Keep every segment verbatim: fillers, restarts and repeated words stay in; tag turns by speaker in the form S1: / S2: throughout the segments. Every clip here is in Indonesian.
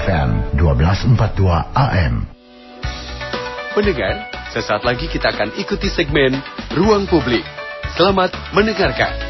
S1: F M dua belas empat puluh dua A M.
S2: Pendengar, sesaat lagi kita akan ikuti segmen Ruang Publik. Selamat mendengarkan.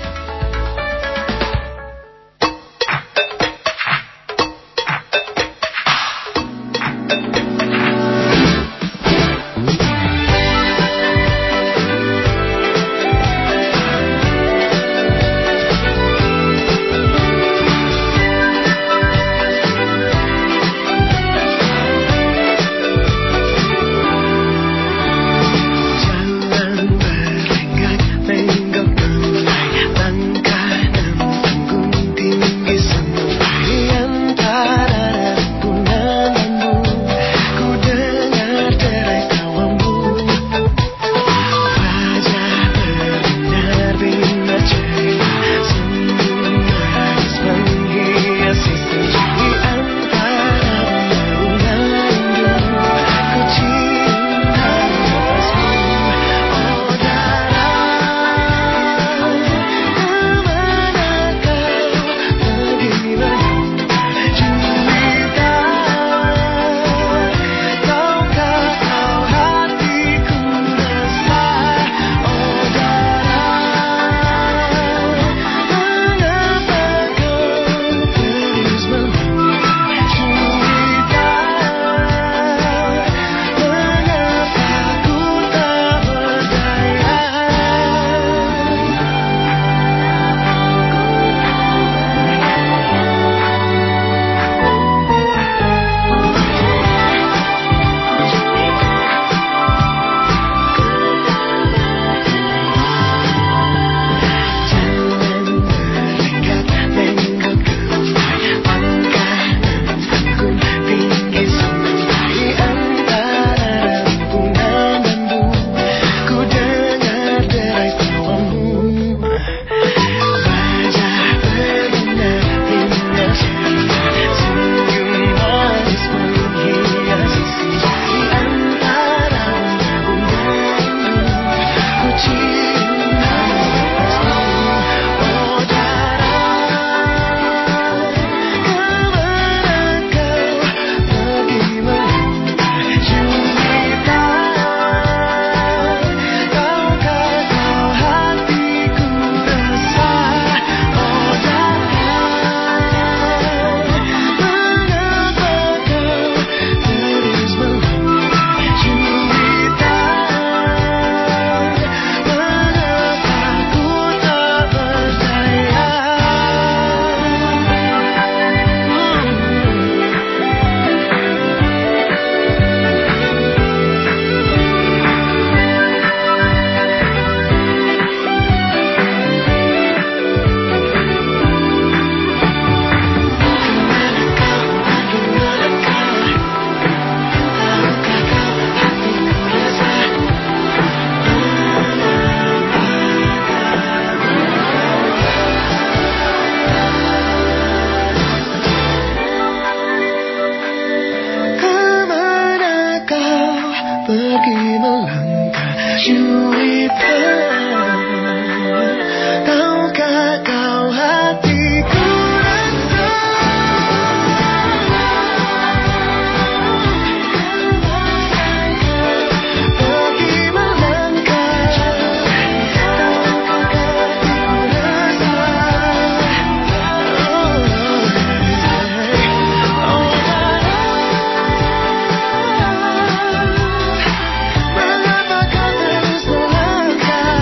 S3: Mengapa kau terus melangkah?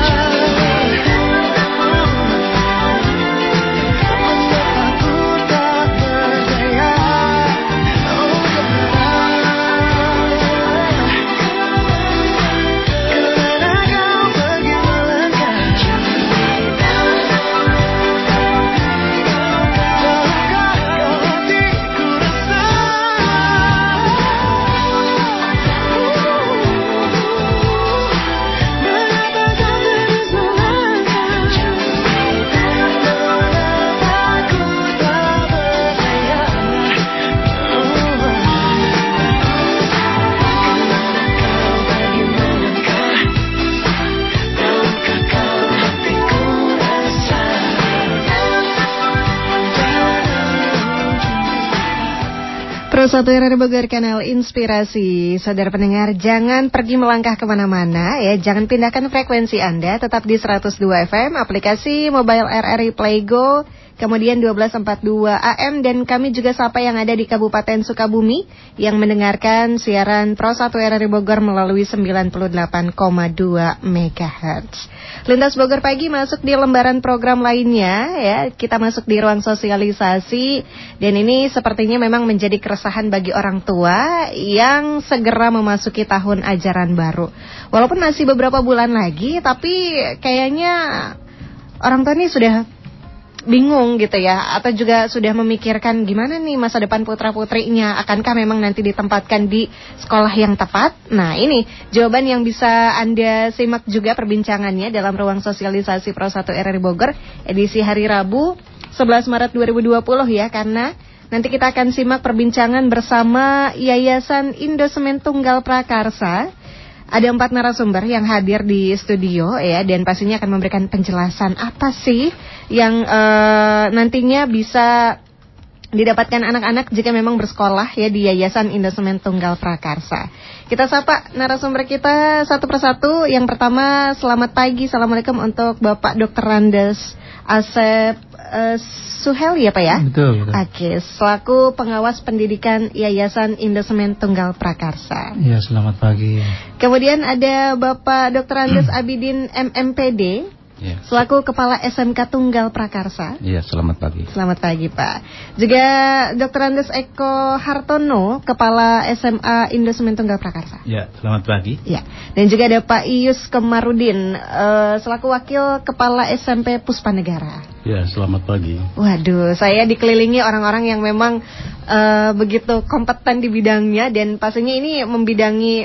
S3: satu R R I Bogor, Kanal Inspirasi. Saudara pendengar, jangan pergi melangkah kemana-mana ya. Jangan pindahkan frekuensi Anda, tetap di seratus dua F M, aplikasi mobile R R I Playgo, kemudian dua belas empat puluh dua A M. Dan kami juga sapa yang ada di Kabupaten Sukabumi yang mendengarkan siaran Pro satu R R I Bogor melalui sembilan puluh delapan koma dua megahertz. Lintas Bogor Pagi masuk di lembaran program lainnya ya. Kita masuk di ruang sosialisasi, dan ini sepertinya memang menjadi keresahan bagi orang tua yang segera memasuki tahun ajaran baru. Walaupun masih beberapa bulan lagi, tapi kayaknya orang tua ini sudah bingung gitu ya, atau juga sudah memikirkan gimana nih masa depan putra-putrinya, akankah memang nanti ditempatkan di sekolah yang tepat. Nah, ini jawaban yang bisa Anda simak juga perbincangannya dalam ruang sosialisasi Pro satu R R I Bogor edisi hari Rabu sebelas Maret dua ribu dua puluh ya, karena nanti kita akan simak perbincangan bersama Yayasan Indosemen Tunggal Prakarsa. Ada empat narasumber yang hadir di studio ya, dan pastinya akan memberikan penjelasan apa sih yang uh, nantinya bisa didapatkan anak-anak jika memang bersekolah ya di Yayasan Indosemen Tunggal Prakarsa. Kita sapa narasumber kita satu persatu. Yang pertama, selamat pagi, assalamualaikum untuk Bapak Dokter Randes Asep uh, Suhel ya Pak ya?
S4: Betul, betul.
S3: Oke, selaku pengawas pendidikan Yayasan Indosemen Tunggal Prakarsa.
S4: Iya, selamat pagi.
S3: Kemudian ada Bapak Dokter Randes Abidin M M P D,
S4: ya,
S3: selaku Kepala S M K Tunggal Prakarsa.
S4: Iya, selamat pagi.
S3: Selamat pagi Pak. Juga Dokter Randes Eko Hartono, Kepala S M A Indosemen Tunggal Prakarsa.
S4: Iya, selamat pagi.
S3: Ya. Dan juga ada Pak Ius Kemarudin, uh, selaku Wakil Kepala S M P Puspanegara.
S4: Ya, selamat pagi.
S3: Waduh, saya dikelilingi orang-orang yang memang uh, begitu kompeten di bidangnya, dan pastinya ini membidangi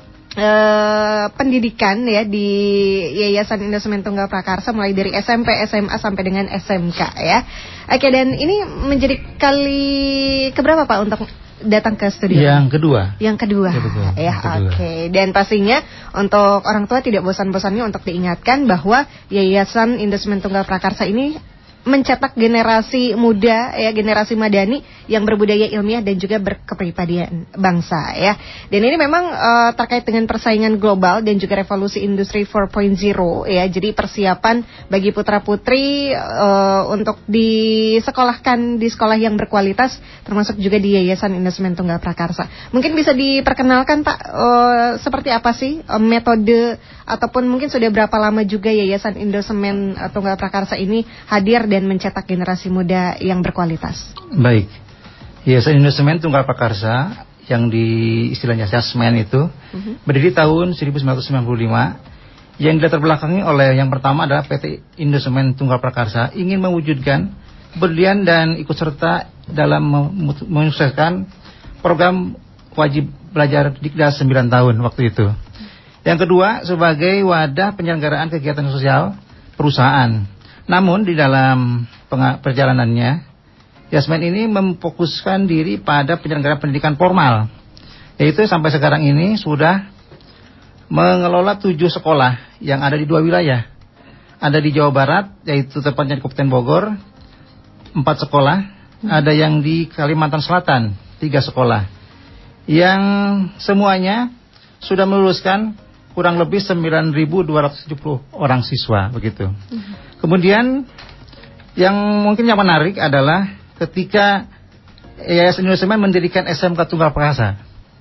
S3: uh, pendidikan ya di Yayasan Indosemen Tunggal Prakarsa, mulai dari S M P, S M A sampai dengan S M K ya. Oke, dan ini menjadi kali keberapa Pak untuk datang ke studio?
S4: Yang kedua.
S3: Yang kedua.
S4: Kedua.
S3: Ya,
S4: kedua.
S3: oke. Okay. Dan pastinya untuk orang tua tidak bosan-bosannya untuk diingatkan bahwa Yayasan Indosemen Tunggal Prakarsa ini mencetak generasi muda ya, generasi madani yang berbudaya ilmiah dan juga berkepribadian bangsa ya. Dan ini memang uh, terkait dengan persaingan global dan juga revolusi industri empat titik nol ya. Jadi persiapan bagi putra-putri uh, untuk disekolahkan di sekolah yang berkualitas, termasuk juga di Yayasan Indosemen Tunggal Prakarsa. Mungkin bisa diperkenalkan Pak, uh, seperti apa sih uh, metode ataupun mungkin sudah berapa lama juga Yayasan Indosemen uh, Tunggal Prakarsa ini hadir dan mencetak generasi muda yang berkualitas.
S4: Baik, Yayasan Indosemen Tunggal Prakarsa yang di istilahnya Yasmen itu uh-huh. berdiri tahun seribu sembilan ratus sembilan puluh lima, yang dilatar belakangi oleh yang pertama adalah P T Indosemen Tunggal Prakarsa ingin mewujudkan berlian dan ikut serta dalam menyukseskan program wajib belajar Dikdas sembilan tahun waktu itu. Yang kedua, sebagai wadah penyelenggaraan kegiatan sosial perusahaan. Namun di dalam perjalanannya, Yasmen ini memfokuskan diri pada penyelenggaraan pendidikan formal, yaitu sampai sekarang ini sudah mengelola tujuh sekolah yang ada di dua wilayah. Ada di Jawa Barat, yaitu tepatnya di Kabupaten Bogor, empat sekolah. Ada yang di Kalimantan Selatan, tiga sekolah. Yang semuanya sudah meluluskan kurang lebih sembilan ribu dua ratus tujuh puluh orang siswa, begitu. Kemudian yang mungkin yang menarik adalah ketika Yayasan Indosemen mendirikan S M K Tunggal Prakarsa,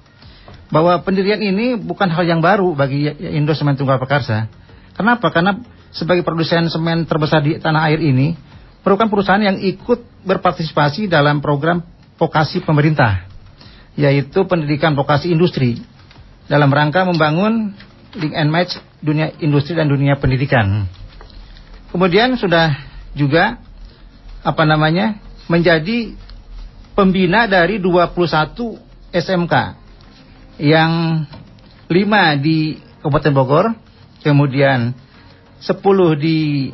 S4: bahwa pendirian ini bukan hal yang baru bagi Indosemen Tunggal Prakarsa. Kenapa? Karena sebagai produsen semen terbesar di tanah air ini, merupakan perusahaan yang ikut berpartisipasi dalam program vokasi pemerintah, yaitu pendidikan vokasi industri, dalam rangka membangun link and match dunia industri dan dunia pendidikan. Kemudian sudah juga apa namanya menjadi pembina dari dua puluh satu S M K, yang lima di Kabupaten Bogor, kemudian sepuluh di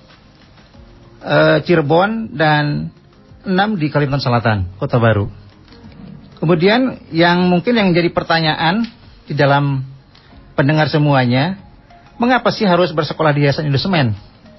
S4: uh, Cirebon, dan enam di Kalimantan Selatan, Kota Baru. Kemudian yang mungkin yang menjadi pertanyaan di dalam pendengar semuanya, mengapa sih harus bersekolah di Yayasan Indosemen?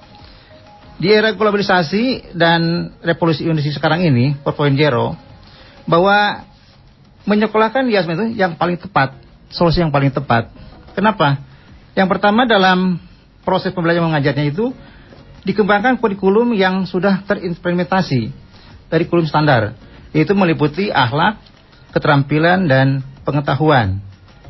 S4: Di era globalisasi dan revolusi industri sekarang ini, empat titik nol, bahwa menyekolahkan Yasmin itu yang paling tepat, solusi yang paling tepat. Kenapa? Yang pertama, dalam proses pembelajaran mengajarnya itu dikembangkan kurikulum yang sudah terimplementasi dari kurikulum standar, yaitu meliputi akhlak, keterampilan, dan pengetahuan.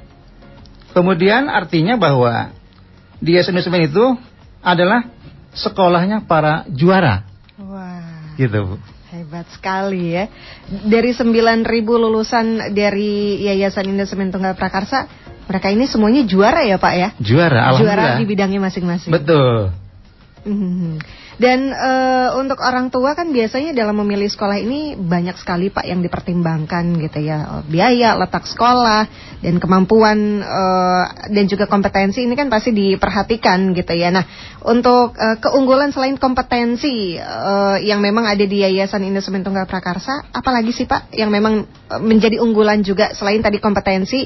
S4: Kemudian artinya bahwa di S M Indosemen itu adalah sekolahnya para juara.
S3: Wah.
S4: Gitu, Bu.
S3: Hebat sekali ya. Dari sembilan ribu lulusan dari Yayasan Indosemen Tunggal Prakarsa, mereka ini semuanya juara ya Pak ya?
S4: Juara, alhamdulillah.
S3: Juara di bidangnya masing-masing.
S4: Betul.
S3: Hmm. Dan uh, untuk orang tua kan biasanya dalam memilih sekolah ini banyak sekali Pak yang dipertimbangkan gitu ya. Biaya, letak sekolah, dan kemampuan uh, dan juga kompetensi ini kan pasti diperhatikan gitu ya. Nah, untuk uh, keunggulan selain kompetensi uh, yang memang ada di Yayasan Indosemen Tunggal Prakarsa, apalagi sih Pak yang memang uh, menjadi unggulan juga selain tadi kompetensi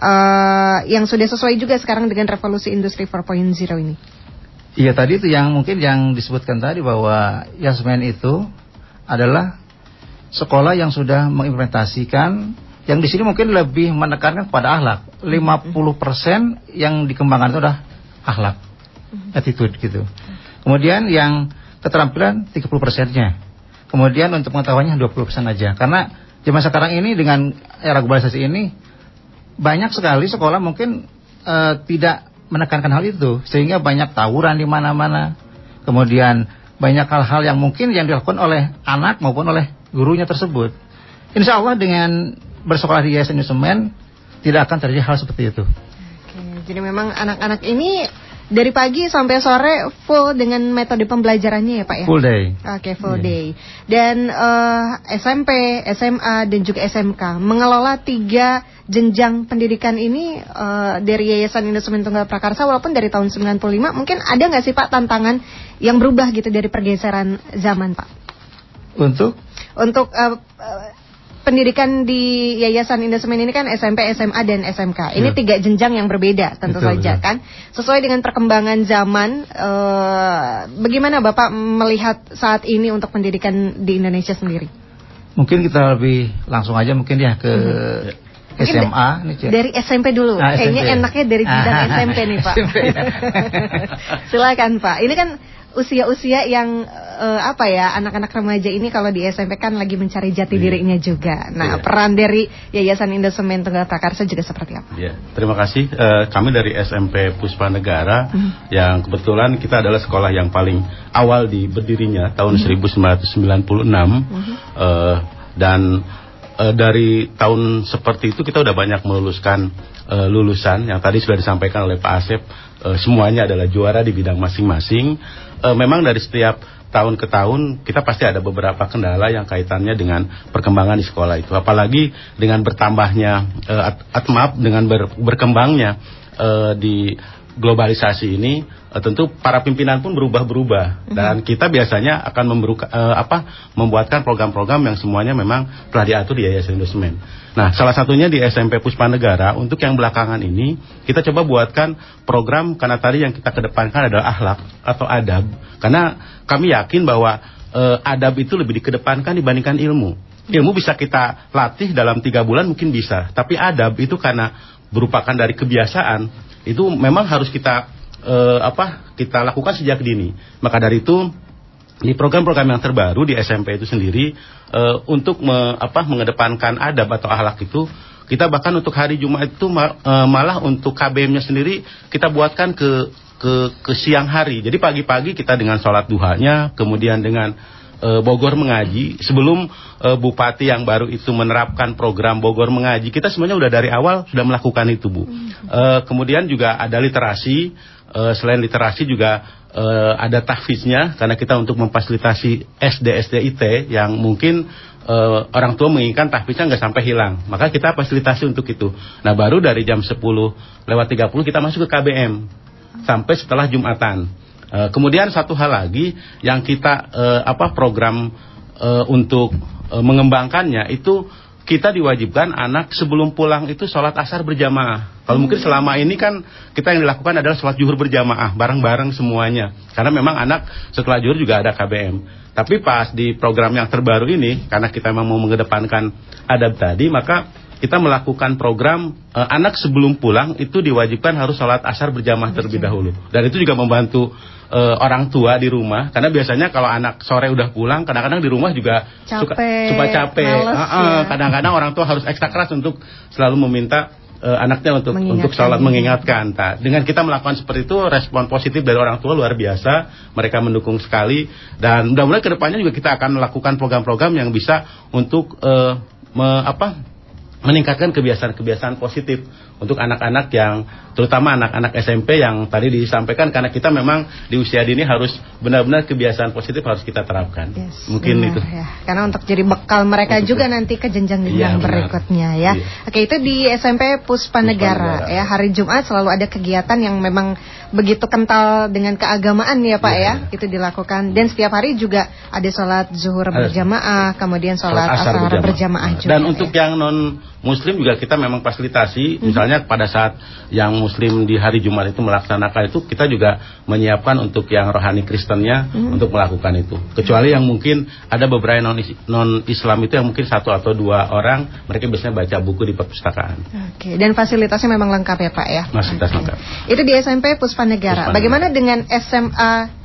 S3: uh, yang sudah sesuai juga sekarang dengan revolusi industri empat titik nol ini?
S4: Iya, tadi itu yang mungkin yang disebutkan tadi bahwa Yasmin itu adalah sekolah yang sudah mengimplementasikan, yang di sini mungkin lebih menekankan kepada akhlak. lima puluh persen yang dikembangkan itu adalah akhlak, attitude gitu. Kemudian yang keterampilan tiga puluh persennya. Kemudian untuk pengetahuannya dua puluh persen aja. Karena zaman sekarang ini dengan era globalisasi ini banyak sekali sekolah mungkin uh, tidak menekankan hal itu, sehingga banyak tawuran di mana-mana. Kemudian banyak hal-hal yang mungkin yang dilakukan oleh anak maupun oleh gurunya tersebut. Insya Allah dengan bersekolah di Yayasan Indosemen tidak akan terjadi hal seperti itu.
S3: Oke, jadi memang anak-anak ini dari pagi sampai sore full dengan metode pembelajarannya ya Pak ya?
S4: Full day.
S3: Oke, full
S4: yeah.
S3: day. Dan uh, S M P, S M A, dan juga S M K mengelola tiga jenjang pendidikan ini uh, dari Yayasan Indosemen Tunggal Prakarsa walaupun dari tahun sembilan puluh lima, mungkin ada nggak sih Pak tantangan yang berubah gitu dari pergeseran zaman Pak?
S4: Untuk?
S3: Untuk uh, uh, pendidikan di Yayasan Indosemen ini kan S M P, S M A, dan S M K. Ini ya. Tiga jenjang yang berbeda tentu betul, saja betul. Kan. Sesuai dengan perkembangan zaman, uh, bagaimana Bapak melihat saat ini untuk pendidikan di Indonesia sendiri?
S4: Mungkin kita lebih langsung aja mungkin ya ke hmm. S M A nih,
S3: dari S M P dulu.
S4: Nah,
S3: kayaknya
S4: S M P.
S3: Enaknya dari bidang S M P nih Pak.
S4: S M P, ya.
S3: Silakan Pak. Ini kan usia-usia yang uh, apa ya, anak-anak remaja ini kalau di S M P kan lagi mencari jati yeah. dirinya juga. Nah, yeah. peran dari Yayasan Indosemen Tunggal Prakarsa juga seperti apa?
S5: Yeah. Terima kasih. Uh, kami dari S M P Puspa Negara mm. yang kebetulan kita adalah sekolah yang paling awal di berdirinya tahun mm. seribu sembilan ratus sembilan puluh enam mm-hmm. uh, dan uh, dari tahun seperti itu kita udah banyak meluluskan uh, lulusan yang tadi sudah disampaikan oleh Pak Asep. Uh, semuanya adalah juara di bidang masing-masing. Uh, memang dari setiap tahun ke tahun kita pasti ada beberapa kendala yang kaitannya dengan perkembangan di sekolah itu. Apalagi dengan bertambahnya uh, at, at, maaf dengan ber, berkembangnya uh, di globalisasi ini, uh, tentu para pimpinan pun berubah-berubah dan kita biasanya akan memberuka, uh, apa, membuatkan program-program yang semuanya memang telah diatur di Yayasan Indosemen. Nah, salah satunya di S M P Puspa Negara untuk yang belakangan ini kita coba buatkan program, karena tadi yang kita kedepankan adalah akhlak atau adab, karena kami yakin bahwa uh, adab itu lebih dikedepankan dibandingkan ilmu. Ilmu bisa kita latih dalam tiga bulan mungkin bisa, tapi adab itu karena merupakan dari kebiasaan, itu memang harus kita uh, apa kita lakukan sejak dini. Maka dari itu di program-program yang terbaru di S M P itu sendiri uh, untuk me, apa, mengedepankan adab atau akhlak itu, kita bahkan untuk hari Jumat itu ma, uh, malah untuk K B M-nya sendiri kita buatkan ke ke ke siang hari. Jadi pagi-pagi kita dengan sholat duhanya, kemudian dengan uh, Bogor Mengaji. Sebelum uh, Bupati yang baru itu menerapkan program Bogor Mengaji, kita sebenarnya udah dari awal sudah melakukan itu, Bu. Uh, kemudian juga ada literasi. Uh, selain literasi juga Uh, ada tahfiznya, karena kita untuk memfasilitasi S D S D I T yang mungkin uh, orang tua menginginkan tahfiznya nggak sampai hilang, maka kita fasilitasi untuk itu. Nah, baru dari jam sepuluh lewat tiga puluh kita masuk ke K B M sampai setelah Jumatan. Uh, kemudian satu hal lagi yang kita uh, apa program uh, untuk uh, mengembangkannya itu, kita diwajibkan anak sebelum pulang itu sholat asar berjamaah. Kalau mungkin selama ini kan kita yang dilakukan adalah sholat zuhur berjamaah, bareng-bareng semuanya. Karena memang anak setelah zuhur juga ada K B M. Tapi pas di program yang terbaru ini, karena kita memang mau mengedepankan adab tadi, maka kita melakukan program uh, anak sebelum pulang itu diwajibkan harus sholat asar berjamaah terlebih dahulu. Dan itu juga membantu uh, orang tua di rumah, karena biasanya kalau anak sore udah pulang, kadang-kadang di rumah juga
S3: capek,
S5: suka, suka capek.
S3: males,
S5: uh, uh,
S3: ya.
S5: Kadang-kadang orang tua harus ekstra keras untuk selalu meminta Uh, anaknya untuk untuk sholat, mengingatkan. Nah, dengan kita melakukan seperti itu, respon positif dari orang tua luar biasa. Mereka mendukung sekali, dan mudah-mudahan kedepannya juga kita akan melakukan program-program yang bisa untuk uh, me, apa, meningkatkan kebiasaan-kebiasaan positif untuk anak-anak yang, terutama anak-anak S M P yang tadi disampaikan, karena kita memang di usia dini harus benar-benar kebiasaan positif harus kita terapkan. Yes, mungkin benar, itu. Ya.
S3: Karena untuk jadi bekal mereka untuk juga itu. Nanti ke jenjang-jenjang ya, berikutnya ya. Iya. Oke, itu di S M P Puspa Negara ya. Hari Jumat selalu ada kegiatan yang memang begitu kental dengan keagamaan ya Pak ya. ya. Itu dilakukan, dan setiap hari juga ada sholat zuhur berjamaah, kemudian sholat asar berjamaah, berjamaah juga.
S5: Dan untuk ya. yang non Muslim juga kita memang fasilitasi, mm-hmm. misalnya pada saat yang Muslim di hari Jumat itu melaksanakan itu, kita juga menyiapkan untuk yang rohani Kristennya mm-hmm. untuk melakukan itu. Kecuali yang mungkin ada beberapa non, non Islam itu yang mungkin satu atau dua orang, mereka biasanya baca buku di perpustakaan.
S3: Oke, dan fasilitasnya memang lengkap ya Pak ya?
S5: Fasilitas lengkap.
S3: Itu di S M P Puspa Negara. Bagaimana dengan S M A?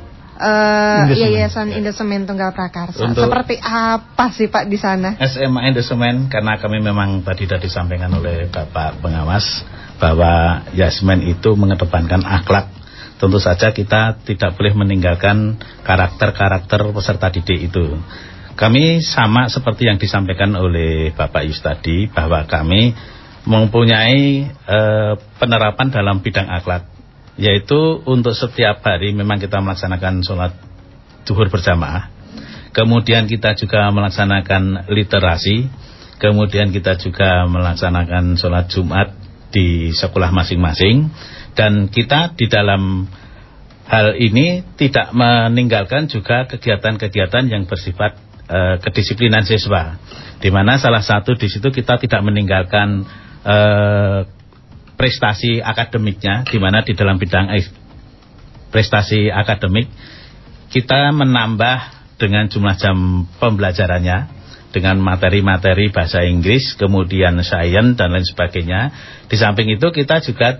S3: Uh, Yayasan Indosemen Tunggal Prakarsa. Untuk seperti apa sih Pak di sana?
S6: S M A Indosemen, karena kami memang tadi sudah disampaikan oleh Bapak Pengawas bahwa Yasmen itu mengedepankan akhlak. Tentu saja kita tidak boleh meninggalkan karakter-karakter peserta didik itu. Kami sama seperti yang disampaikan oleh Bapak Yus tadi, bahwa kami mempunyai uh, penerapan dalam bidang akhlak, yaitu untuk setiap hari memang kita melaksanakan sholat zuhur berjamaah. Kemudian kita juga melaksanakan literasi. Kemudian kita juga melaksanakan sholat Jumat di sekolah masing-masing. Dan kita di dalam hal ini tidak meninggalkan juga kegiatan-kegiatan yang bersifat uh, kedisiplinan siswa. Di mana salah satu di situ kita tidak meninggalkan uh, prestasi akademiknya, di mana di dalam bidang prestasi akademik kita menambah dengan jumlah jam pembelajarannya dengan materi-materi bahasa Inggris, kemudian sains dan lain sebagainya. Di samping itu kita juga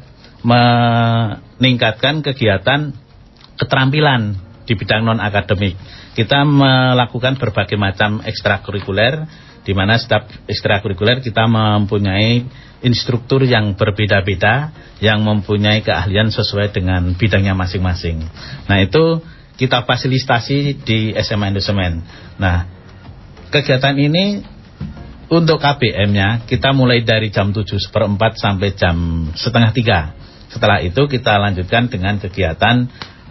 S6: meningkatkan kegiatan keterampilan di bidang non akademik. Kita melakukan berbagai macam ekstrakurikuler, di mana setiap ekstrakurikuler kita mempunyai instruktur yang berbeda-beda, yang mempunyai keahlian sesuai dengan bidangnya masing-masing. Nah, itu kita fasilitasi di S M A Indosemen. Nah, kegiatan ini untuk K B M-nya kita mulai dari jam tujuh seperempat sampai jam setengah tiga. Setelah itu kita lanjutkan dengan kegiatan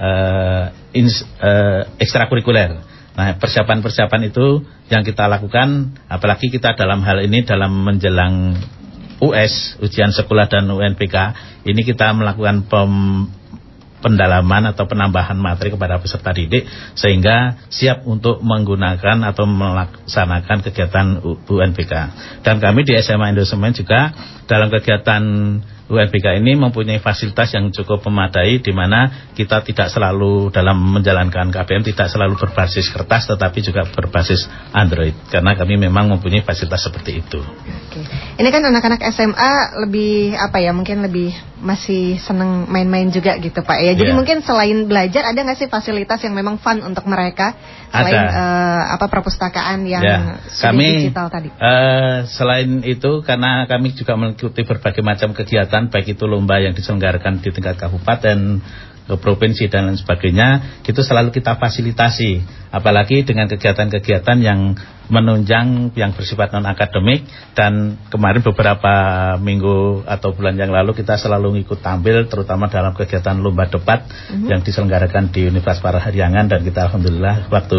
S6: uh, ins, uh, ekstrakurikuler. Nah, persiapan-persiapan itu yang kita lakukan, apalagi kita dalam hal ini dalam menjelang U S, ujian sekolah dan U N B K, ini kita melakukan pem, pendalaman atau penambahan materi kepada peserta didik sehingga siap untuk menggunakan atau melaksanakan kegiatan U N B K. Dan kami di S M A Indosemen juga dalam kegiatan U N B K ini mempunyai fasilitas yang cukup memadai, di mana kita tidak selalu dalam menjalankan K B M tidak selalu berbasis kertas, tetapi juga berbasis Android, karena kami memang mempunyai fasilitas seperti itu.
S3: Oke. Ini kan anak-anak S M A lebih apa ya, mungkin lebih masih seneng main-main juga gitu Pak ya. Jadi yeah. mungkin selain belajar ada nggak sih fasilitas yang memang fun untuk mereka selain uh, apa perpustakaan yang yeah.
S6: kami,
S3: digital tadi?
S6: Uh, selain itu karena kami juga mengikuti berbagai macam kegiatan, baik itu lomba yang diselenggarakan di tingkat kabupaten, ke provinsi dan lain sebagainya, itu selalu kita fasilitasi, apalagi dengan kegiatan-kegiatan yang menunjang yang bersifat non akademik. Dan kemarin beberapa minggu atau bulan yang lalu kita selalu ikut tampil, terutama dalam kegiatan lomba debat mm-hmm. yang diselenggarakan di Universitas Parahyangan, dan kita alhamdulillah waktu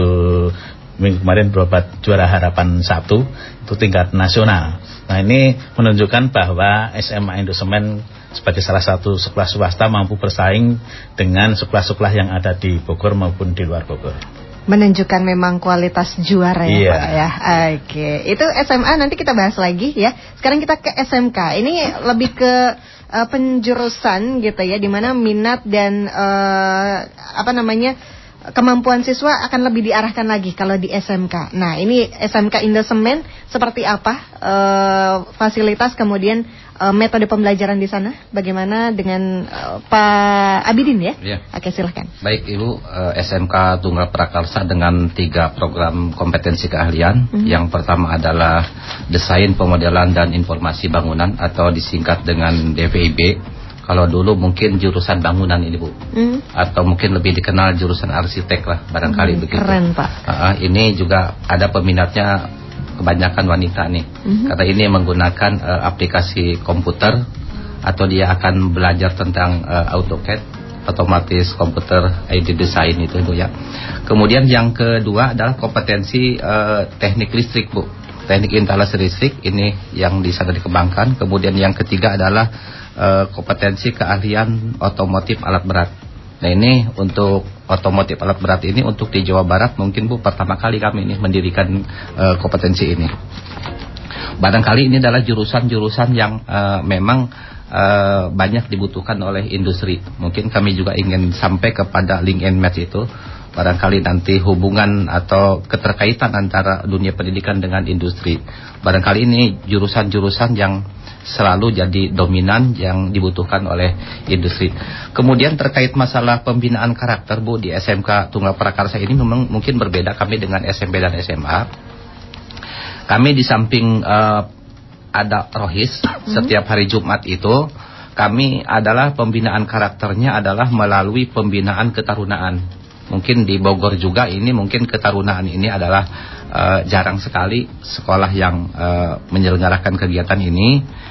S6: minggu kemarin berobat juara harapan satu itu tingkat nasional. Nah, ini menunjukkan bahwa S M A Indosemen sebagai salah satu sekolah swasta mampu bersaing dengan sekolah-sekolah yang ada di Bogor maupun di luar Bogor.
S3: Menunjukkan memang kualitas juara ya
S6: yeah.
S3: Pak ya. Oke, itu S M A nanti kita bahas lagi ya. Sekarang kita ke S M K. Ini lebih ke uh, penjurusan gitu ya, di mana minat dan uh, apa namanya kemampuan siswa akan lebih diarahkan lagi kalau di S M K. Nah, ini S M K Indosemen seperti apa uh, fasilitas kemudian uh, metode pembelajaran di sana? Bagaimana dengan uh, Pak Abidin ya?
S7: Ya.
S3: Oke, silahkan.
S7: Baik Ibu, uh, S M K Tunggal Prakarsa dengan tiga program kompetensi keahlian. Mm-hmm. Yang pertama adalah Desain, Pemodelan, dan Informasi Bangunan atau disingkat dengan D V I B. Kalau dulu mungkin jurusan bangunan ini Bu, mm. atau mungkin lebih dikenal jurusan arsitek lah barangkali mm, begitu.
S3: Keren Pak.
S7: Uh, ini juga ada peminatnya kebanyakan wanita nih, mm-hmm. karena ini menggunakan uh, aplikasi komputer atau dia akan belajar tentang uh, AutoCAD, otomatis komputer I D design itu Bu ya. Kemudian yang kedua adalah kompetensi uh, teknik listrik Bu, teknik instalasi listrik ini yang di sana dikembangkan. Kemudian yang ketiga adalah Uh, kompetensi keahlian otomotif alat berat. Nah ini untuk otomotif alat berat ini untuk di Jawa Barat mungkin Bu pertama kali kami ini mendirikan uh, kompetensi ini. Barangkali ini adalah jurusan-jurusan yang uh, memang uh, banyak dibutuhkan oleh industri. Mungkin kami juga ingin sampai kepada link and match itu. Barangkali nanti hubungan atau keterkaitan antara dunia pendidikan dengan industri. Barangkali ini jurusan-jurusan yang selalu jadi dominan yang dibutuhkan oleh industri. Kemudian terkait masalah pembinaan karakter Bu di S M K Tunggal Prakarsa ini memang mungkin berbeda kami dengan S M P dan S M A. Kami di samping uh, ada rohis hmm. setiap hari Jumat itu, kami adalah pembinaan karakternya adalah melalui pembinaan ketarunaan. Mungkin di Bogor juga ini mungkin ketarunaan ini adalah uh, jarang sekali sekolah yang uh, menyelenggarakan kegiatan ini.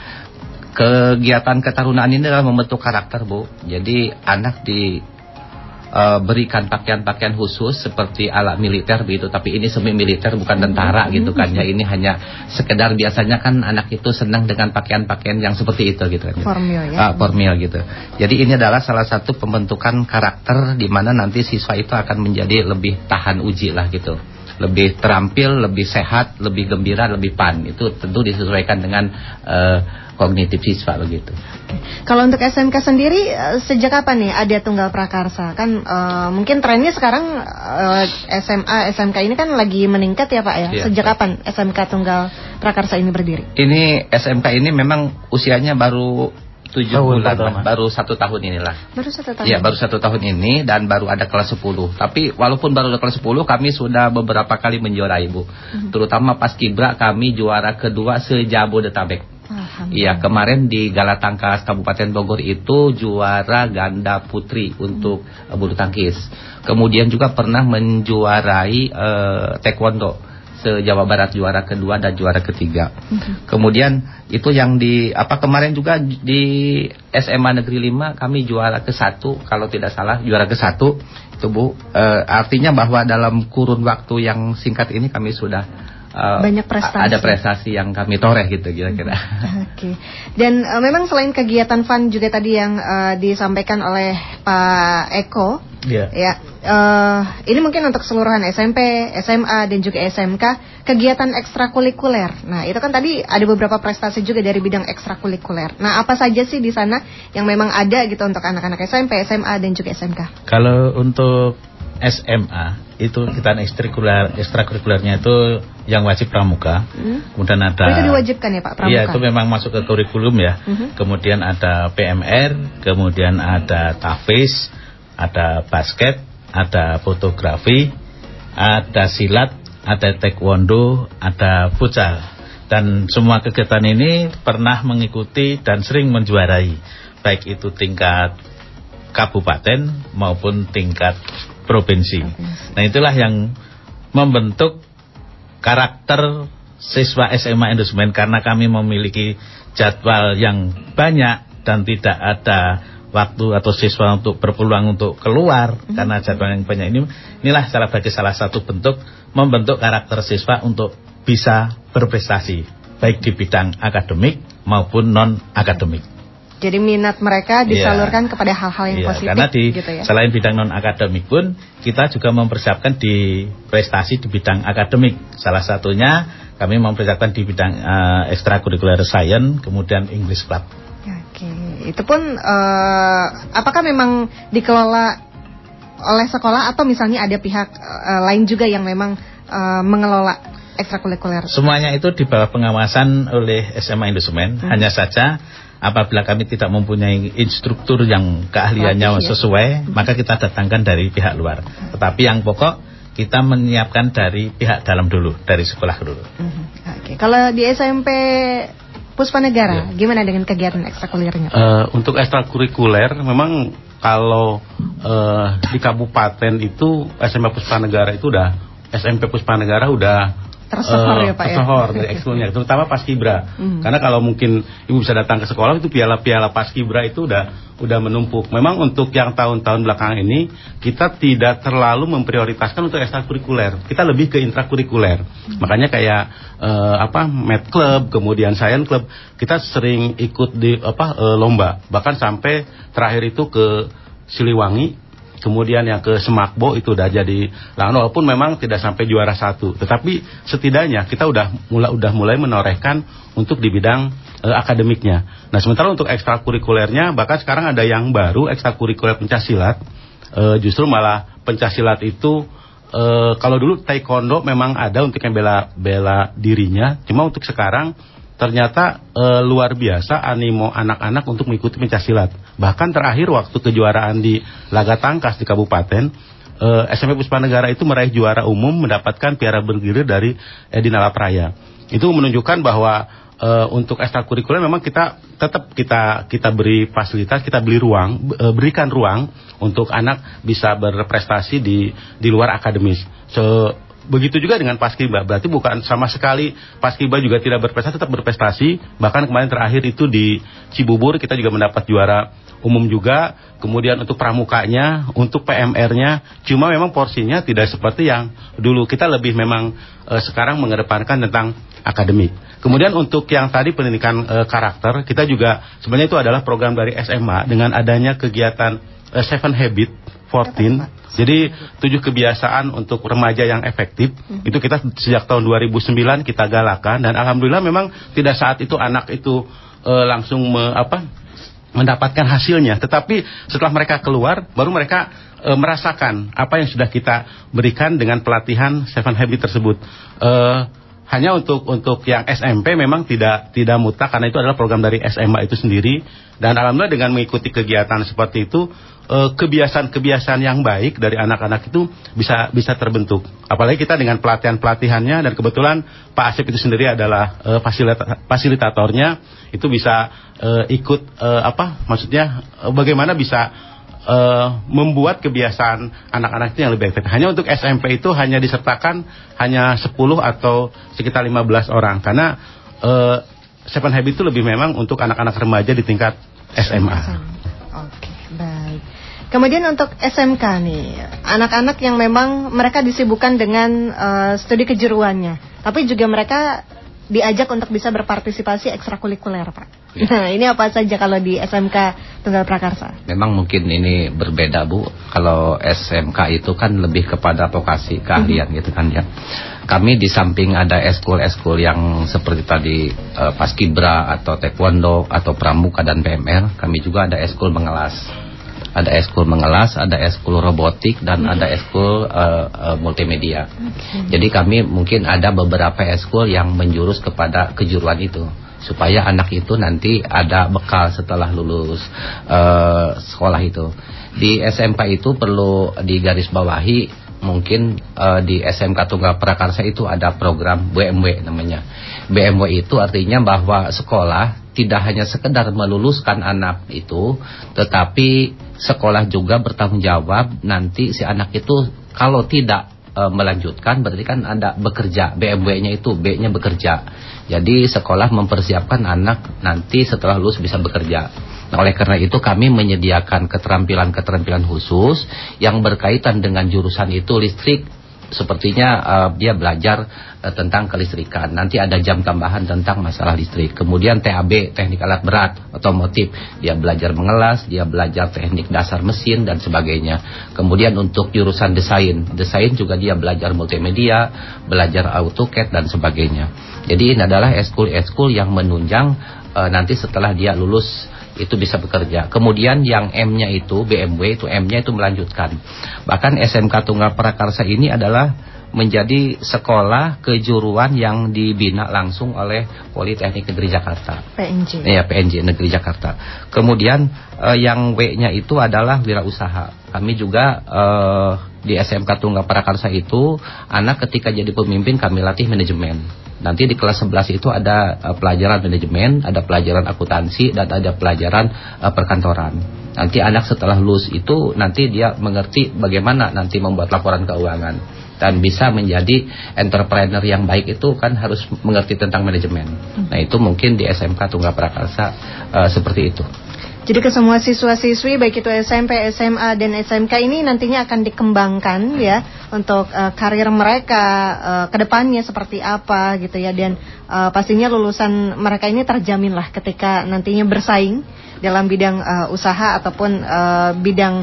S7: Kegiatan ketarunaan ini adalah membentuk karakter Bu. Jadi anak diberikan uh, pakaian-pakaian khusus seperti ala militer begitu. Tapi ini semi militer bukan tentara gitu kan ya. Ini hanya sekedar biasanya kan anak itu senang dengan pakaian-pakaian yang seperti itu gitu kan.
S3: Formil ya.
S7: Uh, formil gitu. Jadi ini adalah salah satu pembentukan karakter di mana nanti siswa itu akan menjadi lebih tahan uji lah gitu. Lebih terampil, lebih sehat, lebih gembira, lebih pan. Itu tentu disesuaikan dengan uh, kognitif siswa begitu.
S3: Oke. Kalau untuk S M K sendiri sejak kapan nih ada Tunggal Prakarsa? Kan uh, mungkin trennya sekarang uh, S M A, S M K ini kan lagi meningkat ya Pak ya.
S7: Iya,
S3: sejak
S7: Pak.
S3: kapan S M K Tunggal Prakarsa ini berdiri?
S7: Ini S M K ini memang usianya baru tujuh
S4: Tahun
S7: bulan
S4: pertama.
S7: lah, baru satu tahun inilah.
S3: Baru satu tahun.
S7: Iya, baru satu tahun ini dan baru ada kelas sepuluh. Tapi walaupun baru ada kelas sepuluh, kami sudah beberapa kali menjuarai Bu. Mm-hmm. Terutama pas Kibra kami juara kedua se-Jabodetabek. Iya, kemarin di Galatangkas Kabupaten Bogor itu juara ganda putri untuk uh, bulu tangkis. Kemudian juga pernah menjuarai uh, taekwondo se-Jawa Barat, juara kedua dan juara ketiga. Uh-huh. Kemudian itu yang di apa kemarin juga di S M A Negeri lima kami juara ke satu kalau tidak salah, juara ke satu itu Bu. Uh, artinya bahwa dalam kurun waktu yang singkat ini kami sudah Uh,
S3: banyak prestasi.
S7: Ada prestasi yang kami toreh gitu kira-kira.
S3: Oke. Okay. Dan uh, memang selain kegiatan fun juga tadi yang uh, disampaikan oleh Pak Eko,
S6: yeah.
S3: ya, uh, ini mungkin untuk keseluruhan S M P, S M A dan juga S M K, kegiatan ekstrakurikuler. Nah, itu kan tadi ada beberapa prestasi juga dari bidang ekstrakurikuler. Nah, apa saja sih di sana yang memang ada gitu untuk anak-anak S M P, S M A dan juga S M K?
S6: Kalau untuk S M A itu kegiatan ekstrakurikuler ekstrakurikulernya itu yang wajib pramuka. hmm. Kemudian ada
S3: oh, itu diwajibkan ya Pak pramuka?
S6: Iya, itu memang masuk ke kurikulum ya. hmm. Kemudian ada P M R, kemudian ada tafis, ada basket, ada fotografi, ada silat, ada taekwondo, ada futsal. Dan semua kegiatan ini pernah mengikuti dan sering menjuarai, baik itu tingkat kabupaten maupun tingkat provinsi. Nah, itulah yang membentuk karakter siswa S M A Indosemen, karena kami memiliki jadwal yang banyak dan tidak ada waktu atau siswa untuk berpeluang untuk keluar mm-hmm. karena jadwal yang banyak ini. Inilah salah bagi salah satu bentuk membentuk karakter siswa untuk bisa berprestasi baik di bidang akademik maupun non akademik.
S3: Jadi minat mereka disalurkan ya, kepada hal-hal yang
S6: ya,
S3: positif.
S6: Karena di
S3: gitu ya? Selain
S6: bidang non akademik pun kita juga mempersiapkan di prestasi di bidang akademik. Salah satunya kami mempersiapkan di bidang uh, extracurricular science, kemudian English Club.
S3: Oke, itu pun uh, apakah memang dikelola oleh sekolah atau misalnya ada pihak uh, lain juga yang memang uh, mengelola ekstrakurikuler?
S6: Semuanya itu di bawah pengawasan oleh S M A Indosemen. Hmm. Hanya saja apabila kami tidak mempunyai instruktur yang keahliannya Latih, sesuai, ya? maka kita datangkan dari pihak luar. Tetapi yang pokok kita menyiapkan dari pihak dalam dulu, dari sekolah dulu.
S3: Hmm. Oke, okay. Kalau di S M P Puspanegara, ya. gimana dengan kegiatan ekstrakurikulernya?
S5: Uh, untuk ekstrakurikuler, memang kalau uh, di kabupaten itu S M P Puspanegara itu udah S M P Puspanegara udah
S3: tersohor uh, ya Pak
S5: tersohor
S3: ya?
S5: dari ekskulnya, terutama Paskibra.
S3: Mm.
S5: Karena kalau mungkin Ibu bisa datang ke sekolah itu piala-piala Paskibra itu udah udah menumpuk. Memang untuk yang tahun-tahun belakangan ini kita tidak terlalu memprioritaskan untuk ekstrakurikuler. Kita lebih ke intrakurikuler. Mm. Makanya kayak uh, apa Math Club, kemudian Science Club, kita sering ikut di apa uh, lomba. Bahkan sampai terakhir itu ke Siliwangi. Kemudian yang ke Semakbo itu udah jadi lawan, walaupun memang tidak sampai juara satu, tetapi setidaknya kita udah mulai udah mulai menorehkan untuk di bidang e, akademiknya. Nah sementara untuk ekstrakurikulernya bahkan sekarang ada yang baru, ekstrakurikuler pencaksilat. E, justru malah pencaksilat itu e, kalau dulu taekwondo memang ada untuk yang bela bela dirinya, cuma untuk sekarang ternyata e, luar biasa animo anak-anak untuk mengikuti pencaksilat. Bahkan terakhir waktu kejuaraan di laga tangkas di kabupaten, e, S M P Puspanegara itu meraih juara umum, mendapatkan piala bergilir dari Edi Nalapraya. Itu menunjukkan bahwa e, untuk ekstrakurikuler memang kita tetap kita kita beri fasilitas, kita beri ruang, e, berikan ruang untuk anak bisa berprestasi di di luar akademis. So, begitu juga dengan Paskibra, berarti bukan sama sekali Paskibra juga tidak berprestasi, tetap berprestasi. Bahkan kemarin terakhir itu di Cibubur kita juga mendapat juara umum juga. Kemudian untuk pramukanya, untuk P M R-nya, cuma memang porsinya tidak seperti yang dulu. Kita lebih memang e, sekarang mengedepankan tentang akademik. Kemudian untuk yang tadi pendidikan e, karakter, kita juga sebenarnya itu adalah program dari S M A dengan adanya kegiatan e, Seven Habit fourteen. Jadi tujuh kebiasaan untuk remaja yang efektif. Hmm. Itu kita sejak tahun dua ribu sembilan kita galakan, dan alhamdulillah memang tidak saat itu anak itu e, langsung me, apa, mendapatkan hasilnya. Tetapi setelah mereka keluar baru mereka e, merasakan apa yang sudah kita berikan dengan pelatihan Seven Habit tersebut. E, hanya untuk untuk yang S M P memang tidak tidak mutlak karena itu adalah program dari S M A itu sendiri, dan alhamdulillah dengan mengikuti kegiatan seperti itu kebiasaan-kebiasaan yang baik dari anak-anak itu bisa bisa terbentuk. Apalagi kita dengan pelatihan-pelatihannya, dan kebetulan Pak Asep itu sendiri adalah uh, fasilita- fasilitatornya, itu bisa uh, ikut uh, apa maksudnya uh, bagaimana bisa uh, membuat kebiasaan anak-anak itu yang lebih efektif. Hanya untuk S M P itu hanya disertakan hanya sepuluh atau sekitar lima belas orang, karena uh, Seven Habit itu lebih memang untuk anak-anak remaja di tingkat S M A.
S3: Oke, baik. Kemudian untuk S M K nih, anak-anak yang memang mereka disibukkan dengan uh, studi kejuruannya, tapi juga mereka diajak untuk bisa berpartisipasi ekstrakurikuler, Pak. Ya. Nah, ini apa saja kalau di S M K Tunggal Prakarsa?
S7: Memang mungkin ini berbeda, Bu. Kalau S M K itu kan lebih kepada vokasi, keahlian mm-hmm. gitu kan ya. Kami di samping ada eskul-eskul yang seperti tadi uh, Paskibra atau Taekwondo atau Pramuka dan P M R, kami juga ada eskul mengelas. Ada eskul mengelas, ada eskul robotik, dan hmm. ada eskul uh, uh, multimedia. Okay. Jadi kami mungkin ada beberapa eskul yang menjurus kepada kejuruan itu, supaya anak itu nanti ada bekal setelah lulus uh, sekolah itu. Di S M K itu perlu digarisbawahi, mungkin uh, di S M K Tunggal Prakarsa itu ada program B M W namanya. B M W itu artinya bahwa sekolah tidak hanya sekedar meluluskan anak itu, tetapi sekolah juga bertanggung jawab nanti si anak itu kalau tidak e, melanjutkan berarti kan ada bekerja, B M W-nya itu B-nya bekerja. Jadi sekolah mempersiapkan anak nanti setelah lulus bisa bekerja. Nah, oleh karena itu kami menyediakan keterampilan-keterampilan khusus yang berkaitan dengan jurusan itu listrik. Sepertinya uh, dia belajar uh, tentang kelistrikan. Nanti ada jam tambahan tentang masalah listrik. Kemudian T A B, teknik alat berat, otomotif. Dia belajar mengelas, dia belajar teknik dasar mesin dan sebagainya. Kemudian untuk jurusan desain, desain juga dia belajar multimedia, belajar AutoCAD dan sebagainya. Jadi ini adalah eskul-eskul yang menunjang uh, nanti setelah dia lulus itu bisa bekerja. Kemudian yang M-nya itu B M W itu M-nya itu melanjutkan. Bahkan S M K Tunggal Prakarsa ini adalah menjadi sekolah kejuruan yang dibina langsung oleh Politeknik Negeri Jakarta.
S3: P N J.
S7: Ya, P N J Negeri Jakarta. Kemudian eh, yang W-nya itu adalah wirausaha. Kami juga eh, di S M K Tunggal Prakarsa itu anak ketika jadi pemimpin kami latih manajemen. Nanti di kelas sebelas itu ada uh, pelajaran manajemen, ada pelajaran akuntansi, dan ada pelajaran uh, perkantoran. Nanti anak setelah lulus itu nanti dia mengerti bagaimana nanti membuat laporan keuangan. Dan bisa menjadi entrepreneur yang baik itu kan harus mengerti tentang manajemen. Nah itu mungkin di S M K Tunggal Prakarsa uh, seperti itu.
S3: Jadi ke semua siswa-siswi baik itu S M P, S M A dan S M K ini nantinya akan dikembangkan ya untuk uh, karir mereka uh, ke depannya seperti apa gitu ya, dan uh, pastinya lulusan mereka ini terjamin lah ketika nantinya bersaing dalam bidang uh, usaha ataupun uh, bidang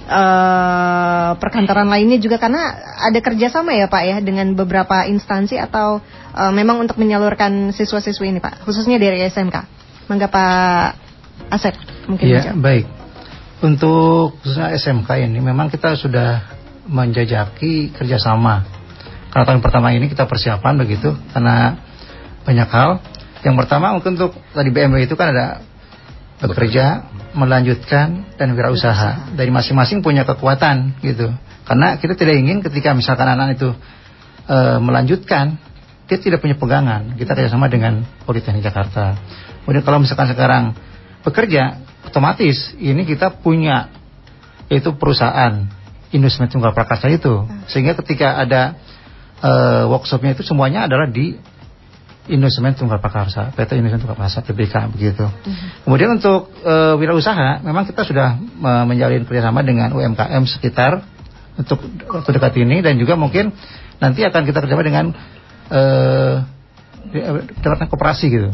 S3: uh, perkantoran lainnya juga, karena ada kerjasama ya Pak ya dengan beberapa instansi atau uh, memang untuk menyalurkan siswa-siswi ini Pak, khususnya dari S M K. Mangga Pak Asep mungkin.
S4: Ya, baik. Untuk S M K ini memang kita sudah menjajaki kerjasama. Karena tahun pertama ini kita persiapan begitu, karena banyak hal. Yang pertama mungkin untuk tadi B M W itu kan ada bekerja, melanjutkan, dan wirausaha. Dari masing-masing punya kekuatan gitu. Karena kita tidak ingin ketika misalkan anak itu e, melanjutkan, dia tidak punya pegangan. Kita kerjasama dengan Politeknik Jakarta. Kemudian kalau misalkan sekarang bekerja, otomatis ini kita punya yaitu perusahaan Indosemen Tunggal Prakarsa itu, sehingga ketika ada uh, workshopnya itu semuanya adalah di Indosemen Tunggal Prakarsa, P T Indosemen Tunggal Prakarsa T B K begitu. Uh-huh. Kemudian untuk uh, wirausaha, memang kita sudah uh, menjalin kerjasama dengan U M K M sekitar untuk waktu dekat ini, dan juga mungkin nanti akan kita kerjasama dengan uh, departemen koperasi gitu.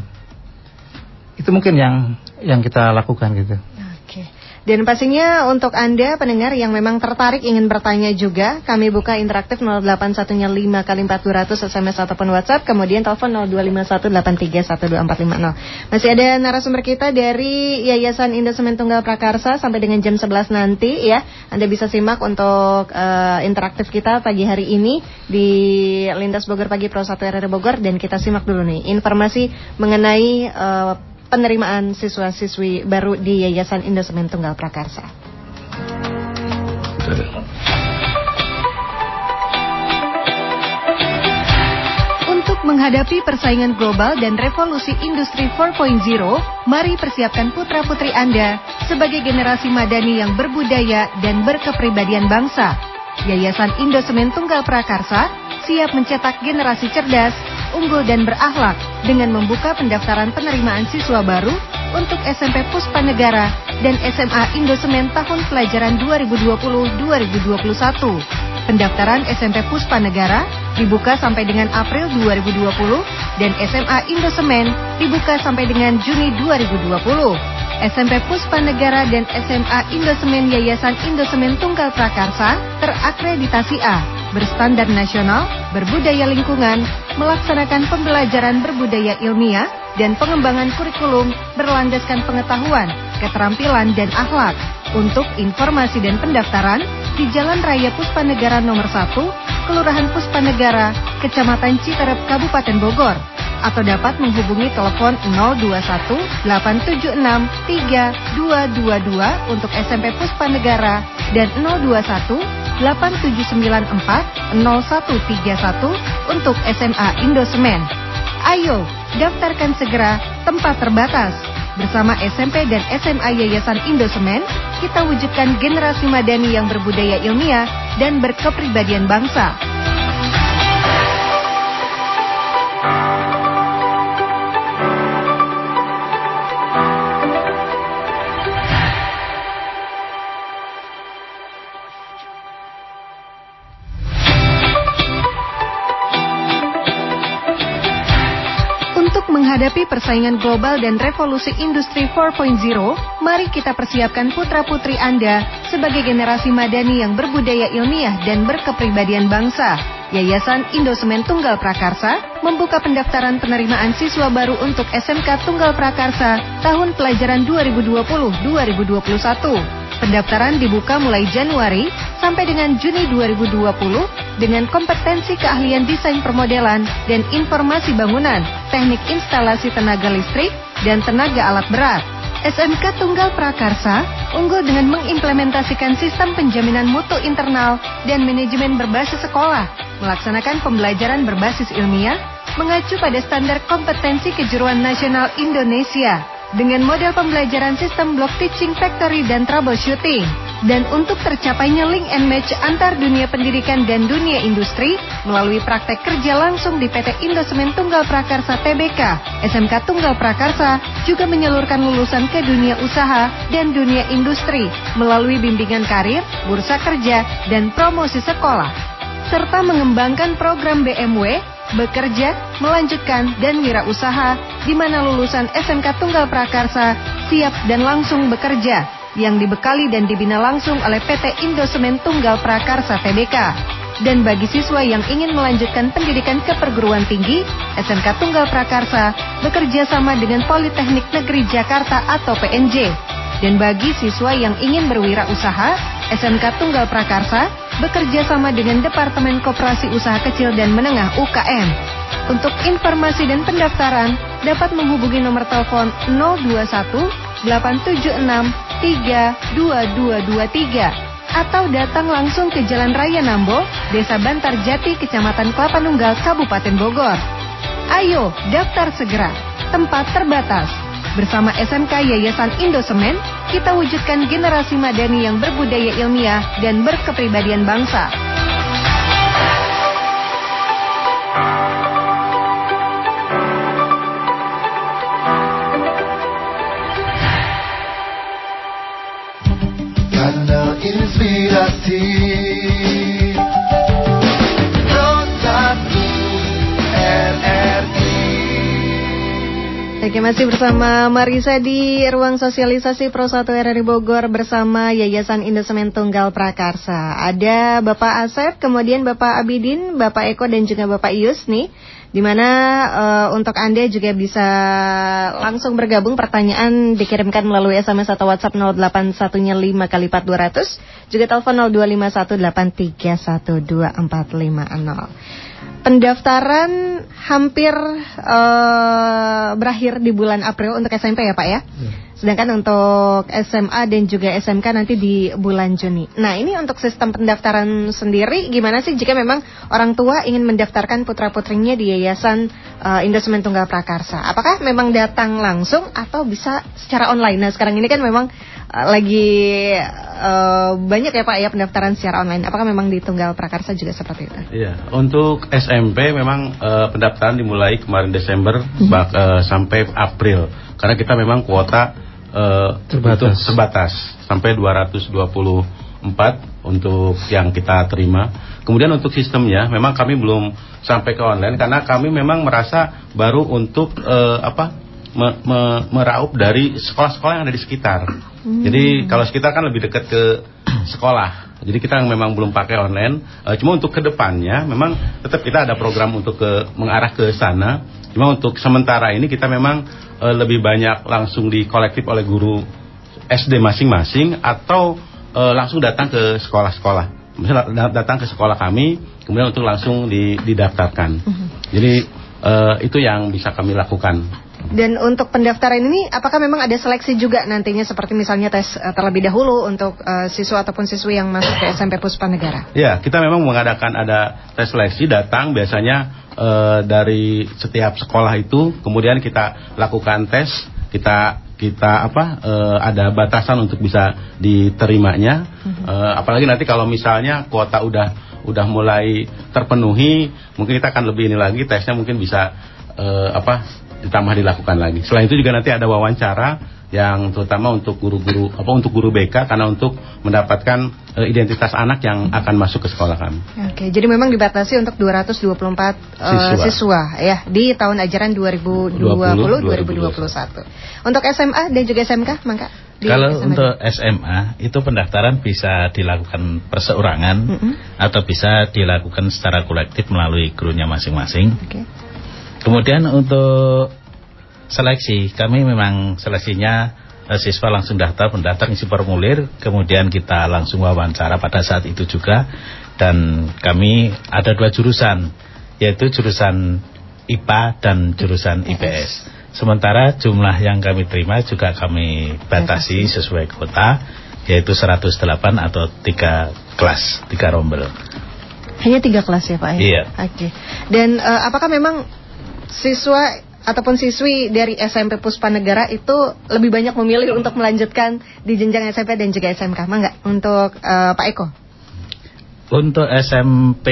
S4: Itu mungkin yang yang kita lakukan gitu.
S3: Oke. Dan pastinya untuk Anda pendengar yang memang tertarik ingin bertanya juga, kami buka interaktif nol delapan satu lima kali empat dua ratus S M S ataupun WhatsApp, kemudian telepon nol dua lima satu delapan tiga satu dua empat lima nol. Masih ada narasumber kita dari Yayasan Indosemen Tunggal Prakarsa sampai dengan jam sebelas nanti ya. Anda bisa simak untuk uh, interaktif kita pagi hari ini di Lintas Bogor Pagi Pro satu R R Bogor, dan kita simak dulu nih informasi mengenai uh, penerimaan siswa-siswi baru di Yayasan Indosemen Tunggal Prakarsa. Untuk menghadapi persaingan global dan revolusi industri empat titik nol, mari persiapkan putra-putri Anda sebagai generasi madani yang berbudaya dan berkepribadian bangsa. Yayasan Indosemen Tunggal Prakarsa siap mencetak generasi cerdas, unggul dan berakhlak dengan membuka pendaftaran penerimaan siswa baru untuk S M P Puspanegara dan S M A Indosemen tahun pelajaran dua ribu dua puluh dua ribu dua puluh satu. Pendaftaran S M P Puspanegara dibuka sampai dengan April dua ribu dua puluh dan S M A Indosemen dibuka sampai dengan Juni dua ribu dua puluh. S M P Puspanegara dan S M A Indosemen Yayasan Indosemen Tunggal Prakarsa terakreditasi A, berstandar nasional, berbudaya lingkungan, melaksanakan pembelajaran berbudaya ilmiah dan pengembangan kurikulum berlandaskan pengetahuan, keterampilan dan akhlak. Untuk informasi dan pendaftaran di Jalan Raya Puspanegara nomor satu, Kelurahan Puspanegara, Kecamatan Citerep, Kabupaten Bogor, atau dapat menghubungi telepon nol dua satu delapan tujuh enam tiga dua dua dua untuk S M P Puspanegara dan nol dua satu delapan tujuh sembilan empat nol satu tiga satu untuk S M A Indosemen. Ayo, daftarkan segera, tempat terbatas. Bersama S M P dan S M A Yayasan Indosemen, kita wujudkan generasi madani yang berbudaya ilmiah dan berkepribadian bangsa. Menghadapi persaingan global dan revolusi industri empat titik nol, mari kita persiapkan putra-putri Anda sebagai generasi madani yang berbudaya ilmiah dan berkepribadian bangsa. Yayasan Indosemen Tunggal Prakarsa membuka pendaftaran penerimaan siswa baru untuk S M K Tunggal Prakarsa tahun pelajaran dua ribu dua puluh dua ribu dua puluh satu. Pendaftaran dibuka mulai Januari sampai dengan Juni dua ribu dua puluh dengan kompetensi keahlian desain permodelan dan informasi bangunan, teknik instalasi tenaga listrik, dan tenaga alat berat. S M K Tunggal Prakarsa unggul dengan mengimplementasikan sistem penjaminan mutu internal dan manajemen berbasis sekolah, melaksanakan pembelajaran berbasis ilmiah, mengacu pada standar kompetensi kejuruan nasional Indonesia, dengan model pembelajaran sistem block teaching factory dan troubleshooting. Dan untuk tercapainya link and match antar dunia pendidikan dan dunia industri melalui praktek kerja langsung di P T Indosemen Tunggal Prakarsa T B K, S M K Tunggal Prakarsa juga menyalurkan lulusan ke dunia usaha dan dunia industri melalui bimbingan karir, bursa kerja, dan promosi sekolah, serta mengembangkan program B M W, bekerja, melanjutkan, dan wirausaha, di mana lulusan S M K Tunggal Prakarsa siap dan langsung bekerja, yang dibekali dan dibina langsung oleh P T Indosemen Tunggal Prakarsa T B K. Dan bagi siswa yang ingin melanjutkan pendidikan ke perguruan tinggi, S M K Tunggal Prakarsa bekerja sama dengan Politeknik Negeri Jakarta atau P N J. Dan bagi siswa yang ingin berwirausaha, S M K Tunggal Prakarsa bekerja sama dengan Departemen Koperasi Usaha Kecil dan Menengah U K M. Untuk informasi dan pendaftaran, dapat menghubungi nomor telepon nol dua satu delapan tujuh enam tiga dua dua dua tiga atau datang langsung ke Jalan Raya Nambo, Desa Bantarjati, Kecamatan Kelapa Nunggal, Kabupaten Bogor. Ayo, daftar segera. Tempat terbatas. Bersama S M K Yayasan Indosemen, kita wujudkan generasi madani yang berbudaya ilmiah dan berkepribadian bangsa.
S1: Kanal Inspirasi R R I.
S3: Oke, masih bersama Marisa di ruang sosialisasi Pro satu R R I Bogor bersama Yayasan Indosemen Tunggal Prakarsa. Ada Bapak Asep, kemudian Bapak Abidin, Bapak Eko, dan juga Bapak Ius nih. Dimana uh, untuk Anda juga bisa langsung bergabung, pertanyaan dikirimkan melalui S M S atau WhatsApp nol delapan satu lima kali empat dua ratus, juga telepon nol dua lima satu delapan tiga satu dua empat lima nol. Pendaftaran hampir uh, berakhir di bulan April untuk S M P ya Pak ya? Ya. Sedangkan untuk S M A dan juga S M K nanti di bulan Juni. Nah, ini untuk sistem pendaftaran sendiri gimana sih jika memang orang tua ingin mendaftarkan putra-putrinya di Yayasan uh, Indosemen Tunggal Prakarsa? Apakah memang datang langsung atau bisa secara online? Nah, sekarang ini kan memang uh, lagi uh, banyak ya Pak ya pendaftaran secara online. Apakah memang di Tunggal Prakarsa juga seperti itu?
S5: Iya, untuk S M P memang uh, pendaftaran dimulai kemarin Desember mm-hmm. bak, uh, sampai April. Karena kita memang kuota Uh, terbatas. terbatas sampai dua ratus dua puluh empat untuk yang kita terima. Kemudian untuk sistemnya memang kami belum sampai ke online karena kami memang merasa baru untuk uh, apa me, me, meraup dari sekolah-sekolah yang ada di sekitar. Hmm. Jadi kalau sekitar kan lebih dekat ke sekolah. Jadi kita memang belum pakai online. Uh, cuma untuk kedepannya memang tetap kita ada program untuk ke mengarah ke sana. Cuma untuk sementara ini kita memang e, lebih banyak langsung dikolektif oleh guru S D masing-masing atau e, langsung datang ke sekolah-sekolah. Misalnya datang ke sekolah kami, kemudian untuk langsung di, didaftarkan. Uh-huh. Jadi e, itu yang bisa kami lakukan.
S3: Dan untuk pendaftaran ini, apakah memang ada seleksi juga nantinya seperti misalnya tes uh, terlebih dahulu untuk uh, siswa ataupun siswi yang masuk ke S M P Puspa Negara?
S5: Ya, kita memang mengadakan ada tes seleksi, datang biasanya uh, dari setiap sekolah itu, kemudian kita lakukan tes, kita kita apa uh, ada batasan untuk bisa diterimanya. Uh-huh. Uh, apalagi nanti kalau misalnya kuota udah udah mulai terpenuhi, mungkin kita akan lebih ini lagi tesnya mungkin bisa uh, apa ditambah dilakukan lagi. Selain itu juga nanti ada wawancara yang terutama untuk guru-guru apa untuk guru B K karena untuk mendapatkan uh, identitas anak yang akan masuk ke sekolah kami.
S3: Oke, jadi memang dibatasi untuk dua ratus dua puluh empat uh, siswa. siswa ya di tahun ajaran dua ribu dua puluh dua ribu dua puluh satu. Untuk S M A dan juga S M K, Mangka?
S6: Kalau S M A untuk S M A itu pendaftaran bisa dilakukan perseorangan mm-hmm. atau bisa dilakukan secara kolektif melalui gurunya masing-masing. Okay. Kemudian untuk seleksi, kami memang seleksinya eh, siswa langsung daftar, pendaftar isi formulir, kemudian kita langsung wawancara pada saat itu juga. Dan kami ada dua jurusan, yaitu jurusan I P A dan jurusan I P S. Sementara jumlah yang kami terima juga kami batasi sesuai kuota, yaitu seratus delapan atau tiga kelas, tiga rombel.
S3: Hanya tiga kelas ya Pak?
S6: Iya.
S3: Oke. Dan uh, apakah memang siswa ataupun siswi dari S M P Puspanegara itu lebih banyak memilih untuk melanjutkan di jenjang S M P dan juga S M K? Mangga untuk uh, Pak Eko?
S6: Untuk S M P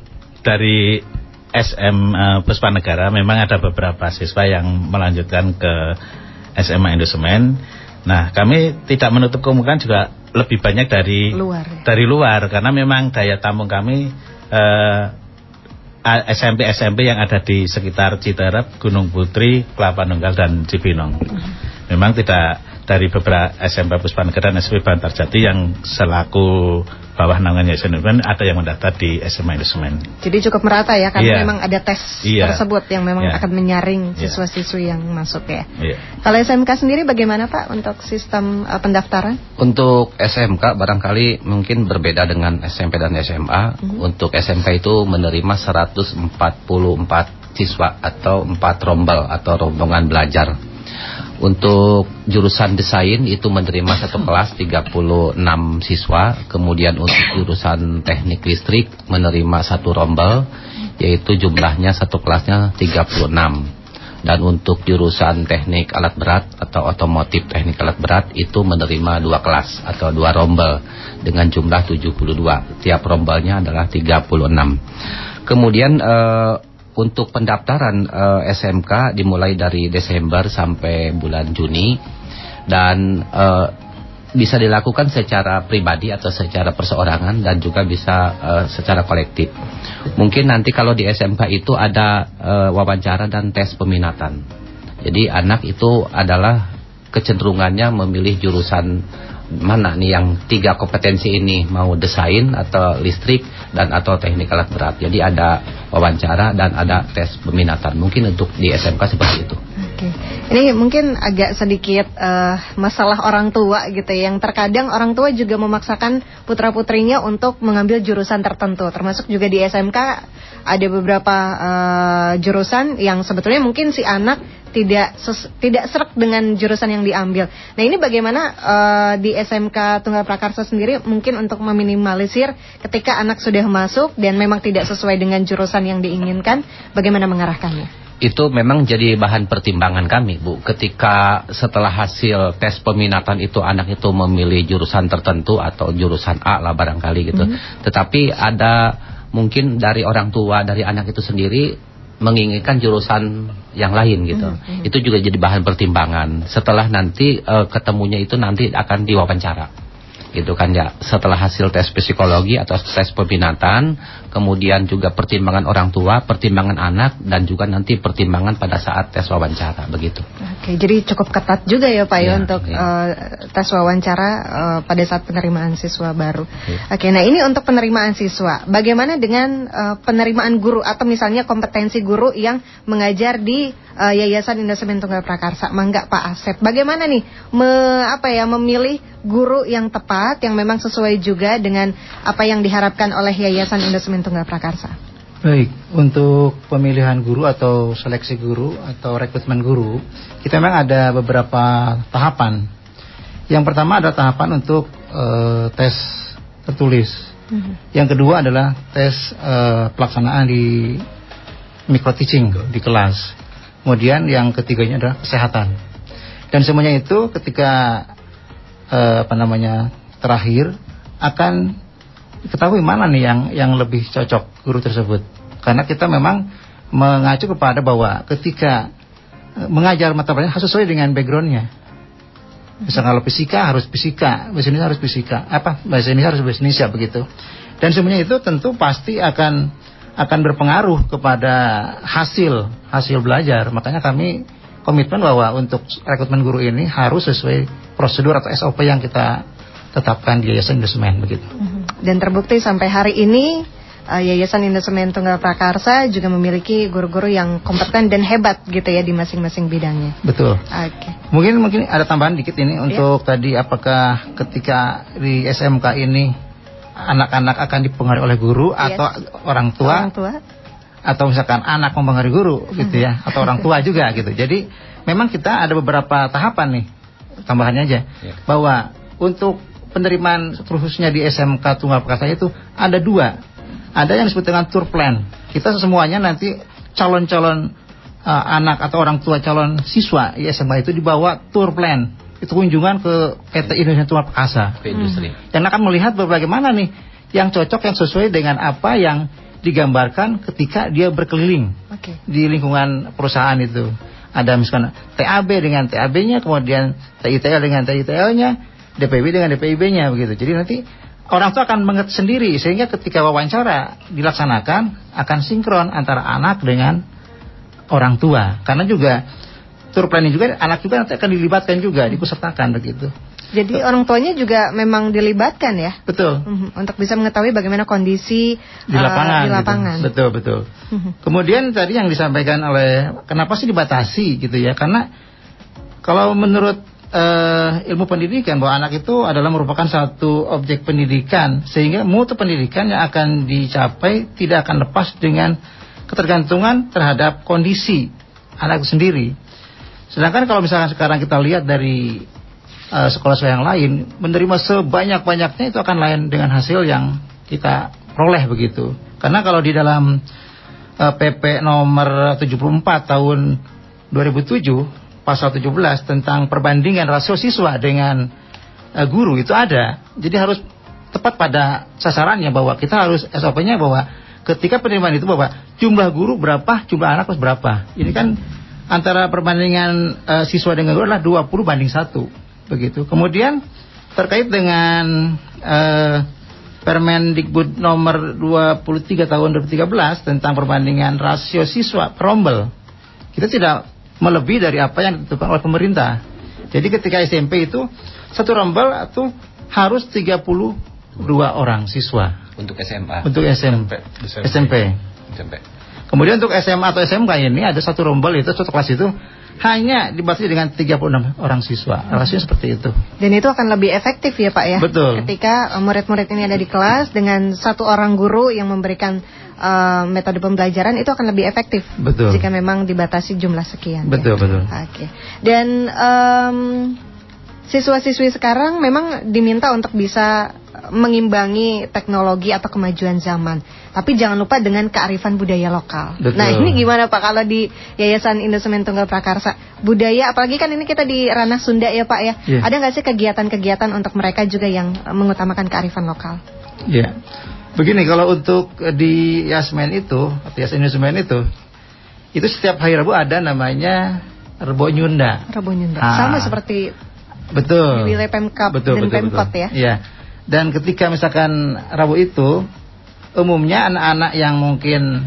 S6: dari S M uh, Puspanegara memang ada beberapa siswa yang melanjutkan ke S M A Indosemen. Nah, kami tidak menutup kemungkinan juga lebih banyak dari
S3: luar, ya?
S6: dari luar karena memang daya tampung kami uh, S M P S M P yang ada di sekitar Citerep, Gunung Putri, Kelapa Nunggal dan Cibinong. Hmm. Memang tidak dari beberapa S M P Puspanegara dan S M P Bantarjati yang selaku bawah naungannya S M P ada yang mendaftar di S M A Indosemen.
S3: Jadi cukup merata ya, karena
S6: yeah.
S3: memang ada tes yeah. tersebut yang memang yeah. akan menyaring siswa-siswi yang masuk ya. Yeah. Kalau S M K sendiri bagaimana Pak untuk sistem uh, pendaftaran?
S7: Untuk S M K barangkali mungkin berbeda dengan S M P dan S M A. Mm-hmm. Untuk S M K itu menerima seratus empat puluh empat siswa atau empat rombel atau rombongan belajar. Untuk jurusan desain itu menerima satu kelas tiga puluh enam siswa. Kemudian untuk jurusan teknik listrik menerima satu rombel, yaitu jumlahnya satu kelasnya tiga puluh enam. Dan untuk jurusan teknik alat berat atau otomotif teknik alat berat itu menerima dua kelas atau dua rombel dengan jumlah tujuh puluh dua. Tiap rombelnya adalah tiga puluh enam. Kemudian eh, untuk pendaftaran uh, S M K dimulai dari Desember sampai bulan Juni dan uh, bisa dilakukan secara pribadi atau secara perseorangan dan juga bisa uh, secara kolektif. Mungkin nanti kalau di S M K itu ada uh, wawancara dan tes peminatan. Jadi anak itu adalah kecenderungannya memilih jurusan mana nih yang tiga kompetensi ini, mau desain atau listrik dan atau teknik alat berat. Jadi ada wawancara dan ada tes peminatan. Mungkin untuk di S M K seperti itu.
S3: Oke. Ini mungkin agak sedikit uh, masalah orang tua gitu ya. Yang terkadang orang tua juga memaksakan putra-putrinya untuk mengambil jurusan tertentu. Termasuk juga di S M K ada beberapa uh, jurusan yang sebetulnya mungkin si anak tidak ses, tidak serak dengan jurusan yang diambil. Nah, ini bagaimana uh, di S M K Tunggal Prakarsa sendiri mungkin untuk meminimalisir ketika anak sudah masuk dan memang tidak sesuai dengan jurusan yang diinginkan, bagaimana mengarahkannya?
S7: Itu memang jadi bahan pertimbangan kami, Bu. Ketika setelah hasil tes peminatan itu anak itu memilih jurusan tertentu atau jurusan A lah barangkali gitu. Mm-hmm. Tetapi ada mungkin dari orang tua, dari anak itu sendiri menginginkan jurusan yang lain gitu. Mm-hmm. Itu juga jadi bahan pertimbangan. Setelah nanti e, ketemunya itu nanti akan diwawancara. Gitu kan ya. Setelah hasil tes psikologi atau tes peminatan, kemudian juga pertimbangan orang tua, pertimbangan anak, dan juga nanti pertimbangan pada saat tes wawancara begitu.
S3: Oke, jadi cukup ketat juga ya Pak ya, ya untuk ya. Uh, tes wawancara uh, pada saat penerimaan siswa baru. Ya. Oke, nah ini untuk penerimaan siswa. Bagaimana dengan uh, penerimaan guru atau misalnya kompetensi guru yang mengajar di uh, Yayasan Indosemen Tunggal Prakarsa? Mangga Pak Asep, bagaimana nih me, apa ya memilih guru yang tepat, yang memang sesuai juga dengan apa yang diharapkan oleh Yayasan Indosemen Tunggal Prakarsa?
S4: Baik, untuk pemilihan guru atau seleksi guru atau rekrutmen guru, kita memang ada beberapa tahapan. Yang pertama adalah tahapan untuk uh, tes tertulis. Mm-hmm. Yang kedua adalah tes uh, pelaksanaan di micro teaching di kelas. Kemudian yang ketiganya adalah kesehatan. Dan semuanya itu ketika Uh, apa namanya terakhir akan diketahui mana nih yang yang lebih cocok guru tersebut, karena kita memang mengacu kepada bahwa ketika uh, mengajar mata pelajaran harus sesuai dengan backgroundnya. Misalnya kalau fisika harus fisika, bahasa Indonesia harus fisika, apa bahasa Indonesia harus bahasa Indonesia begitu. Dan semuanya itu tentu pasti akan akan berpengaruh kepada hasil hasil belajar. Makanya kami komitmen bahwa untuk rekrutmen guru ini harus sesuai prosedur atau S O P yang kita tetapkan di Yayasan Indosemen begitu.
S3: Dan terbukti sampai hari ini uh, Yayasan Indosemen Tunggal Prakarsa juga memiliki guru-guru yang kompeten dan hebat gitu ya di masing-masing bidangnya.
S4: Betul.
S3: Oke. Okay.
S4: Mungkin mungkin ada tambahan dikit ini untuk yeah. tadi apakah ketika di S M K ini anak-anak akan dipengaruhi oleh guru yes. atau orang tua? Orang tua. Atau misalkan anak mempengaruhi guru gitu ya, atau orang tua juga gitu. Jadi memang kita ada beberapa tahapan nih, tambahannya aja yeah. bahwa untuk penerimaan khususnya di S M K Tunggal Prakarsa itu ada dua. Ada yang disebut dengan tour plan. Kita semuanya nanti calon-calon uh, anak atau orang tua calon siswa di S M K itu dibawa tour plan. Itu kunjungan ke P T Indonesia Tunggal Prakarsa.
S7: Ke industri.
S4: Hmm. Yang akan melihat bagaimana nih yang cocok, yang sesuai dengan apa yang digambarkan ketika dia berkeliling okay. di lingkungan perusahaan itu. Ada misalkan T A B dengan T A B-nya, kemudian T I T L dengan T I T L-nya, D P B dengan D P I B-nya begitu. Jadi nanti orang tua akan mengerti sendiri sehingga ketika wawancara dilaksanakan akan sinkron antara anak dengan orang tua. Karena juga tour planning juga anak juga nanti akan dilibatkan juga, diikutsertakan begitu.
S3: Jadi orang tuanya juga memang dilibatkan ya.
S4: Betul.
S3: Uh-huh. Untuk bisa mengetahui bagaimana kondisi
S4: di lapangan. Uh,
S3: di lapangan.
S4: Gitu. Betul betul. Uh-huh. Kemudian tadi yang disampaikan oleh kenapa sih dibatasi gitu ya? Karena kalau menurut Uh, ilmu pendidikan bahwa anak itu adalah merupakan satu objek pendidikan, sehingga mutu pendidikan yang akan dicapai tidak akan lepas dengan ketergantungan terhadap kondisi anak itu sendiri. Sedangkan kalau misalkan sekarang kita lihat dari uh, sekolah-sekolah yang lain menerima sebanyak-banyaknya, itu akan lain dengan hasil yang kita peroleh begitu. Karena kalau di dalam uh, P P nomor tujuh puluh empat tahun dua ribu tujuh pasal tujuh belas tentang perbandingan rasio siswa dengan uh, guru itu ada. Jadi harus tepat pada sasarannya bahwa kita harus S O P-nya bahwa ketika penerimaan itu bahwa jumlah guru berapa, jumlah anak harus berapa. Ini kan antara perbandingan uh, siswa dengan guru adalah dua puluh banding satu begitu. Kemudian terkait dengan uh, Permendikbud nomor dua puluh tiga tahun dua ribu tiga belas tentang perbandingan rasio siswa per rombel, kita tidak melebihi dari apa yang ditentukan oleh pemerintah. Jadi ketika S M P itu satu rombel itu harus tiga puluh dua orang siswa.
S7: Untuk S M A.
S4: Untuk S M P. S M P.
S7: S M P.
S4: Kemudian untuk S M A atau S M K ini ada satu rombel itu, satu kelas itu hanya dibatasi dengan tiga puluh enam orang siswa. Rasionya seperti itu.
S3: Dan itu akan lebih efektif ya Pak ya.
S4: Betul.
S3: Ketika murid-murid ini ada di kelas dengan satu orang guru yang memberikan uh, metode pembelajaran, itu akan lebih efektif.
S4: Betul.
S3: Jika memang dibatasi jumlah sekian.
S4: Betul,
S3: ya.
S4: betul.
S3: Oke. Okay. Dan um, siswa-siswi sekarang memang diminta untuk bisa mengimbangi teknologi atau kemajuan zaman. Tapi jangan lupa dengan kearifan budaya lokal.
S4: Betul.
S3: Nah ini gimana Pak kalau di Yayasan Indosemen Tunggal Prakarsa, budaya, apalagi kan ini kita di ranah Sunda ya Pak ya, yeah. Ada nggak sih kegiatan-kegiatan untuk mereka juga yang mengutamakan kearifan lokal?
S4: Ya, yeah. Begini, kalau untuk di Yasmen itu, Yayasan Indosemen itu, itu setiap hari Rabu ada namanya Rebo Nyunda.
S3: Rebo Nyunda, ah. Sama seperti
S4: betul.
S3: di wilayah Pemkab
S4: betul,
S3: dan
S4: betul,
S3: Pemkot
S4: betul.
S3: ya.
S4: Iya. Dan ketika misalkan Rabu itu, umumnya anak-anak yang mungkin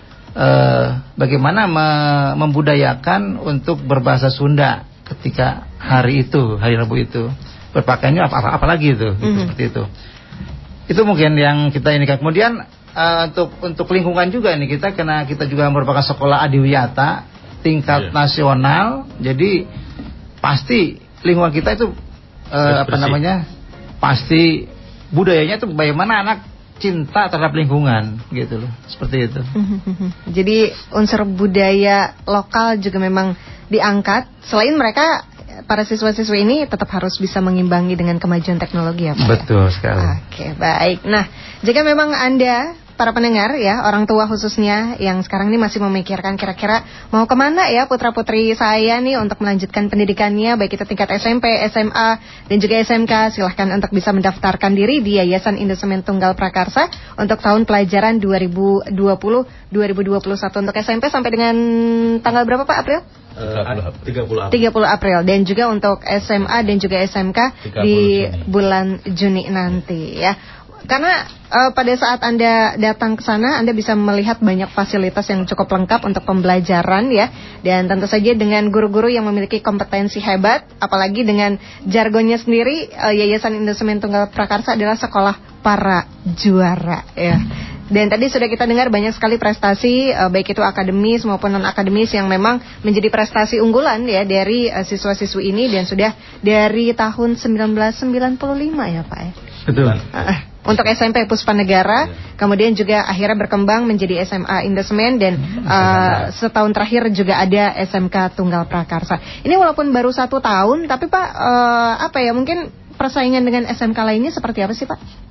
S4: eh, bagaimana me- membudayakan untuk berbahasa Sunda ketika hari itu, hari Rabu itu, berpakaiannya apa-apa apalagi itu, mm-hmm. gitu, seperti itu. Itu mungkin yang kita ini. Kemudian uh, untuk untuk lingkungan juga ini kita, karena kita juga merupakan sekolah adiwiyata tingkat yeah. nasional, jadi pasti lingkungan kita itu uh, apa namanya, pasti budayanya itu bagaimana anak cinta terhadap lingkungan gitu loh, seperti itu.
S3: Jadi unsur budaya lokal juga memang diangkat. Selain mereka, para siswa-siswa ini tetap harus bisa mengimbangi dengan kemajuan teknologi ya Pak.
S4: Betul sekali.
S3: Oke, baik. Nah, jika memang Anda, para pendengar ya, orang tua khususnya yang sekarang ini masih memikirkan kira-kira mau kemana ya putra-putri saya nih untuk melanjutkan pendidikannya, baik itu tingkat S M P, S M A, dan juga S M K, silahkan untuk bisa mendaftarkan diri di Yayasan Indosemen Tunggal Prakarsa untuk tahun pelajaran dua ribu dua puluh dua ribu dua puluh satu. Untuk S M P sampai dengan tanggal berapa Pak, April?
S5: Uh, tiga puluh April.
S3: tiga puluh April. Dan juga untuk S M A dan juga S M K di Juni. bulan Juni nanti ya. Karena uh, pada saat Anda datang ke sana, Anda bisa melihat banyak fasilitas yang cukup lengkap untuk pembelajaran ya. Dan tentu saja dengan guru-guru yang memiliki kompetensi hebat, apalagi dengan jargonnya sendiri, uh, Yayasan Indosemen Tunggal Prakarsa adalah sekolah para juara ya. Dan tadi sudah kita dengar banyak sekali prestasi, uh, baik itu akademis maupun non-akademis yang memang menjadi prestasi unggulan ya dari uh, siswa-siswi ini, dan sudah dari tahun sembilan belas sembilan puluh lima ya Pak ya.
S4: Betul.
S3: Uh, untuk S M P Puspanegara, kemudian juga akhirnya berkembang menjadi S M A Indosemen, dan uh, setahun terakhir juga ada S M K Tunggal Prakarsa. Ini walaupun baru satu tahun, tapi Pak, uh, apa ya, mungkin persaingan dengan S M K lainnya seperti apa sih Pak?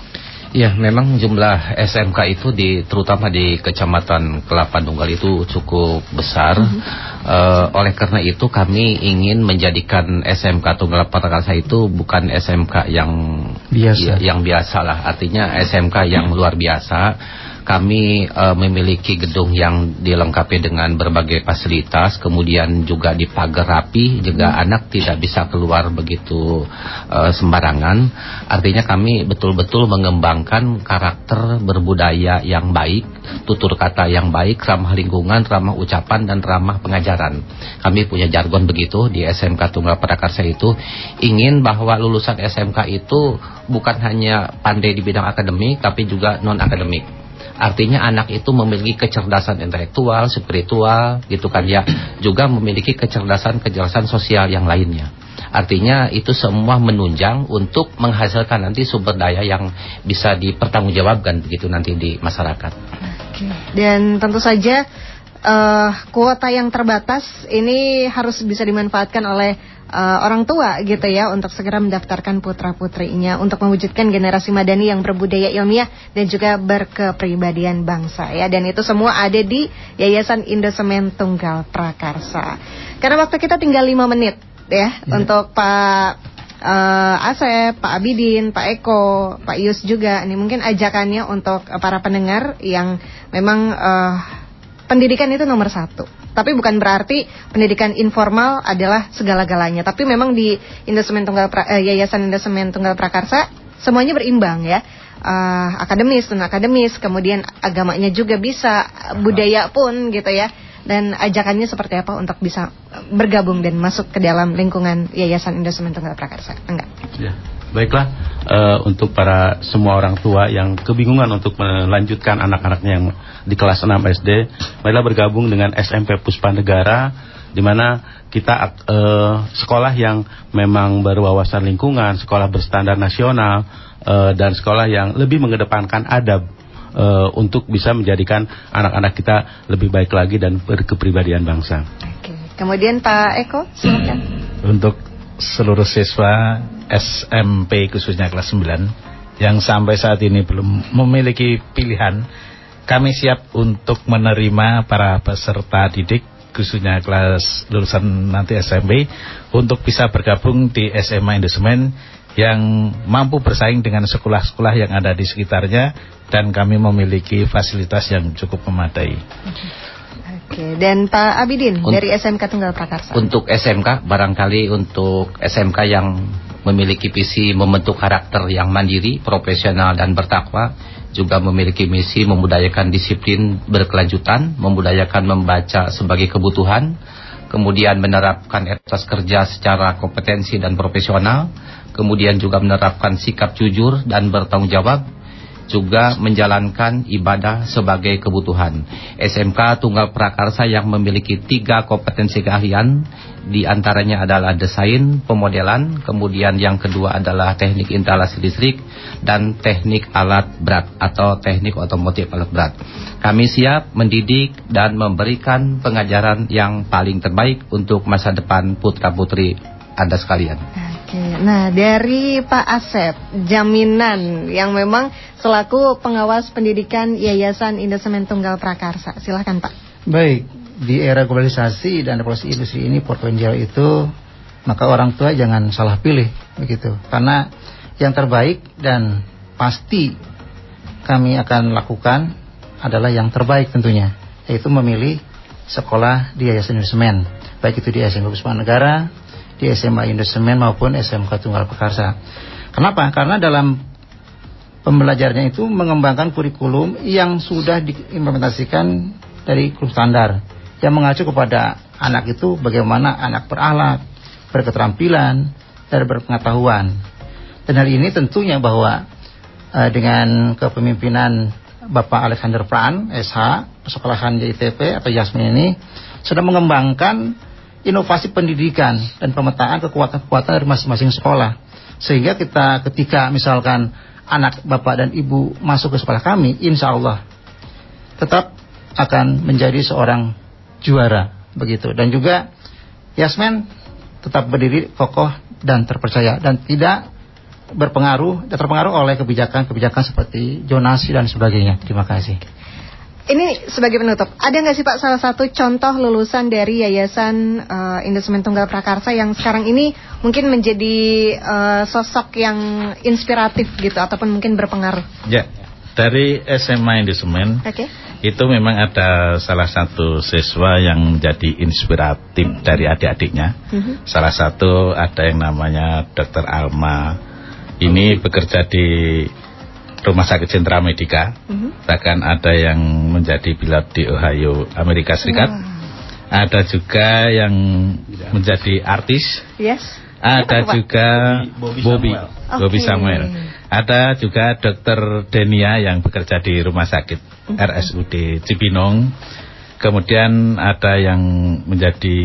S7: Ya, memang jumlah S M K itu di terutama di Kecamatan Kelapa Nunggal itu cukup besar. Mm-hmm. uh, oleh karena itu kami ingin menjadikan S M K Tunggal Prakarsa itu bukan S M K yang biasa, ya, yang biasa lah. Artinya S M K yang luar biasa. Kami uh, memiliki gedung yang dilengkapi dengan berbagai fasilitas, kemudian juga dipagar rapi, juga hmm. anak tidak bisa keluar begitu uh, sembarangan. Artinya kami betul-betul mengembangkan karakter berbudaya yang baik, tutur kata yang baik, ramah lingkungan, ramah ucapan, dan ramah pengajaran. Kami punya jargon begitu di S M K Tunggal Prakarsa itu, ingin bahwa lulusan S M K itu bukan hanya pandai di bidang akademik, tapi juga non-akademik. Artinya anak itu memiliki kecerdasan intelektual, spiritual, gitu kan ya, juga memiliki kecerdasan-kecerdasan sosial yang lainnya. Artinya itu semua menunjang untuk menghasilkan nanti sumber daya yang bisa dipertanggungjawabkan begitu nanti di masyarakat.
S3: Oke. Dan tentu saja uh, kuota yang terbatas ini harus bisa dimanfaatkan oleh Uh, orang tua gitu ya, untuk segera mendaftarkan putra-putrinya untuk mewujudkan generasi madani yang berbudaya ilmiah dan juga berkepribadian bangsa ya. Dan itu semua ada di Yayasan Indosemen Tunggal Prakarsa. Karena waktu kita tinggal lima menit ya, ya. Untuk Pak uh, Asep, Pak Abidin, Pak Eko, Pak Yus juga. Ini mungkin ajakannya untuk para pendengar yang memang uh, pendidikan itu nomor satu. Tapi bukan berarti pendidikan informal adalah segala-galanya. Tapi memang di Indosemen Tunggal pra, eh, Yayasan Indosemen Tunggal Prakarsa semuanya berimbang ya. Uh, akademis dan akademis, kemudian agamanya juga bisa, budaya pun gitu ya. Dan ajakannya seperti apa untuk bisa bergabung dan masuk ke dalam lingkungan Yayasan Indosemen Tunggal Prakarsa? Enggak. Ya.
S5: Baiklah, uh, untuk para semua orang tua yang kebingungan untuk melanjutkan anak-anaknya yang di kelas enam S D, marilah bergabung dengan S M P Puspanegara, di mana kita uh, sekolah yang memang berwawasan lingkungan, sekolah berstandar nasional, uh, dan sekolah yang lebih mengedepankan adab uh, untuk bisa menjadikan anak-anak kita lebih baik lagi dan berkepribadian bangsa.
S3: Oke. Kemudian Pak Eko, silakan.
S6: Untuk seluruh siswa S M P khususnya kelas sembilan yang sampai saat ini belum memiliki pilihan, kami siap untuk menerima para peserta didik khususnya kelas lulusan nanti S M P untuk bisa bergabung di S M A Indosemen yang mampu bersaing dengan sekolah-sekolah yang ada di sekitarnya, dan kami memiliki fasilitas yang cukup memadai.
S3: Oke, dan Pak Abidin Unt dari S M K Tunggal Prakarsa.
S7: Untuk S M K, barangkali untuk S M K yang memiliki visi membentuk karakter yang mandiri, profesional, dan bertakwa, juga memiliki misi membudayakan disiplin berkelanjutan, membudayakan membaca sebagai kebutuhan, kemudian menerapkan etos kerja secara kompetensi dan profesional, kemudian juga menerapkan sikap jujur dan bertanggung jawab, juga menjalankan ibadah sebagai kebutuhan. S M K Tunggal Prakarsa yang memiliki tiga kompetensi keahlian, di antaranya adalah desain, pemodelan, kemudian yang kedua adalah teknik instalasi listrik, dan teknik alat berat atau teknik otomotif alat berat. Kami siap mendidik dan memberikan pengajaran yang paling terbaik untuk masa depan putra-putri Anda sekalian.
S3: Oke, nah dari Pak Asep, jaminan yang memang selaku pengawas pendidikan Yayasan Indosemen Tunggal Prakarsa, silakan Pak.
S4: Baik, di era globalisasi dan revolusi industri ini empat titik nol itu, maka orang tua jangan salah pilih begitu. Karena yang terbaik dan pasti kami akan lakukan adalah yang terbaik tentunya, yaitu memilih sekolah di Yayasan Indosemen, baik itu di S M P Puspanegara, di S M A Indosemen maupun S M K Tunggal Prakarsa. Kenapa? Karena dalam pembelajarannya itu mengembangkan kurikulum yang sudah diimplementasikan dari kurikulum standar, yang mengacu kepada anak itu bagaimana anak berakhlak, berketerampilan, dan berpengetahuan. Dan hal ini tentunya bahwa uh, dengan kepemimpinan Bapak Alexander Pran, S H, Sekolahan J I T P atau Yasmin ini sudah mengembangkan inovasi pendidikan dan pemetaan kekuatan-kekuatan dari masing-masing sekolah. Sehingga kita ketika misalkan anak Bapak dan Ibu masuk ke sekolah kami, insya Allah tetap akan menjadi seorang juara begitu. Dan juga Yasmin tetap berdiri kokoh dan terpercaya dan tidak berpengaruh, tidak terpengaruh oleh kebijakan-kebijakan seperti zonasi dan sebagainya. Terima kasih.
S3: Ini sebagai penutup, ada nggak sih Pak salah satu contoh lulusan dari Yayasan uh, Indosemen Tunggal Prakarsa yang sekarang ini mungkin menjadi uh, sosok yang inspiratif gitu ataupun mungkin berpengaruh?
S6: Ya, dari S M A Indosemen, okay. Itu memang ada salah satu siswa yang menjadi inspiratif dari adik-adiknya. Uh-huh. Salah satu ada yang namanya Dokter Alma. Ini bekerja di Rumah Sakit Sentra Medica. Uh-huh. Bahkan ada yang menjadi pilot di Ohio, Amerika Serikat. Wow. Ada juga yang menjadi artis. Yes. Ada Siapa, juga Bobby, Bobby Samuel. Okay. Bobby Samuel. Ada juga Dokter Denia yang bekerja di Rumah Sakit uh-huh. R S U D Cibinong. Kemudian ada yang menjadi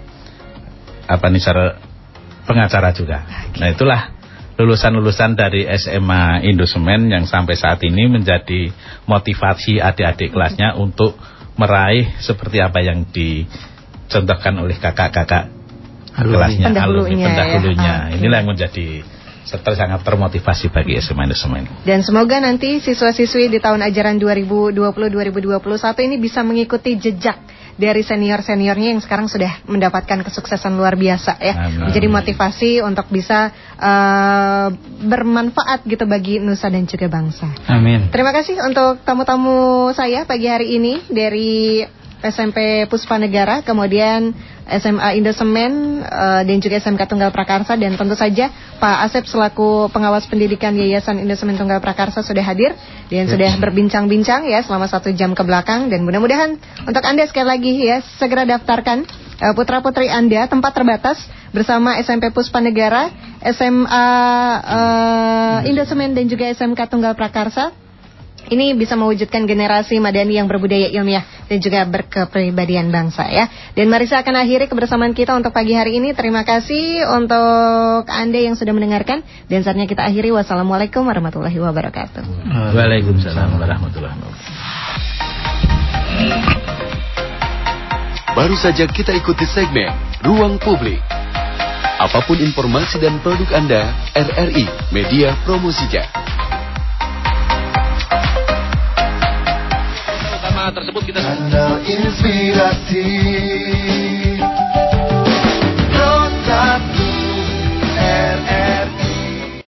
S6: apa nih, pengacara juga. Okay. Nah itulah lulusan-lulusan dari S M A Indosemen yang sampai saat ini menjadi motivasi adik-adik kelasnya untuk meraih seperti apa yang dicontohkan oleh kakak-kakak kelasnya,
S3: pendahulunya,
S6: pendahulunya.
S3: Ya.
S6: Inilah yang menjadi serta sangat termotivasi bagi S M A Indosemen.
S3: Dan semoga nanti siswa-siswi di tahun ajaran dua ribu dua puluh dua ribu dua puluh satu ini bisa mengikuti jejak dari senior-seniornya yang sekarang sudah mendapatkan kesuksesan luar biasa ya. Amin. Menjadi motivasi untuk bisa uh, bermanfaat gitu bagi nusa dan juga bangsa. Amin. Terima kasih untuk tamu-tamu saya pagi hari ini dari S M P Puspa Negara, kemudian S M A Indosemen uh, dan juga S M K Tunggal Prakarsa, dan tentu saja Pak Asep selaku pengawas pendidikan Yayasan Indosemen Tunggal Prakarsa sudah hadir dan yes. sudah berbincang-bincang ya selama satu jam ke belakang. Dan mudah-mudahan untuk Anda sekali lagi ya segera daftarkan uh, putra-putri Anda, tempat terbatas bersama S M P Puspa Negara, S M A uh, Indosemen dan juga S M K Tunggal Prakarsa. Ini bisa mewujudkan generasi madani yang berbudaya ilmiah dan juga berkepribadian bangsa ya. Dan mari saya akan akhiri kebersamaan kita untuk pagi hari ini. Terima kasih untuk Anda yang sudah mendengarkan. Dan saatnya kita akhiri. Wassalamualaikum warahmatullahi wabarakatuh.
S6: Waalaikumsalam warahmatullahi wabarakatuh.
S2: Baru saja kita ikuti segmen Ruang Publik. Apapun informasi dan produk Anda, R R I Media promosinya.
S1: Tersebut kita Anda inspirasi.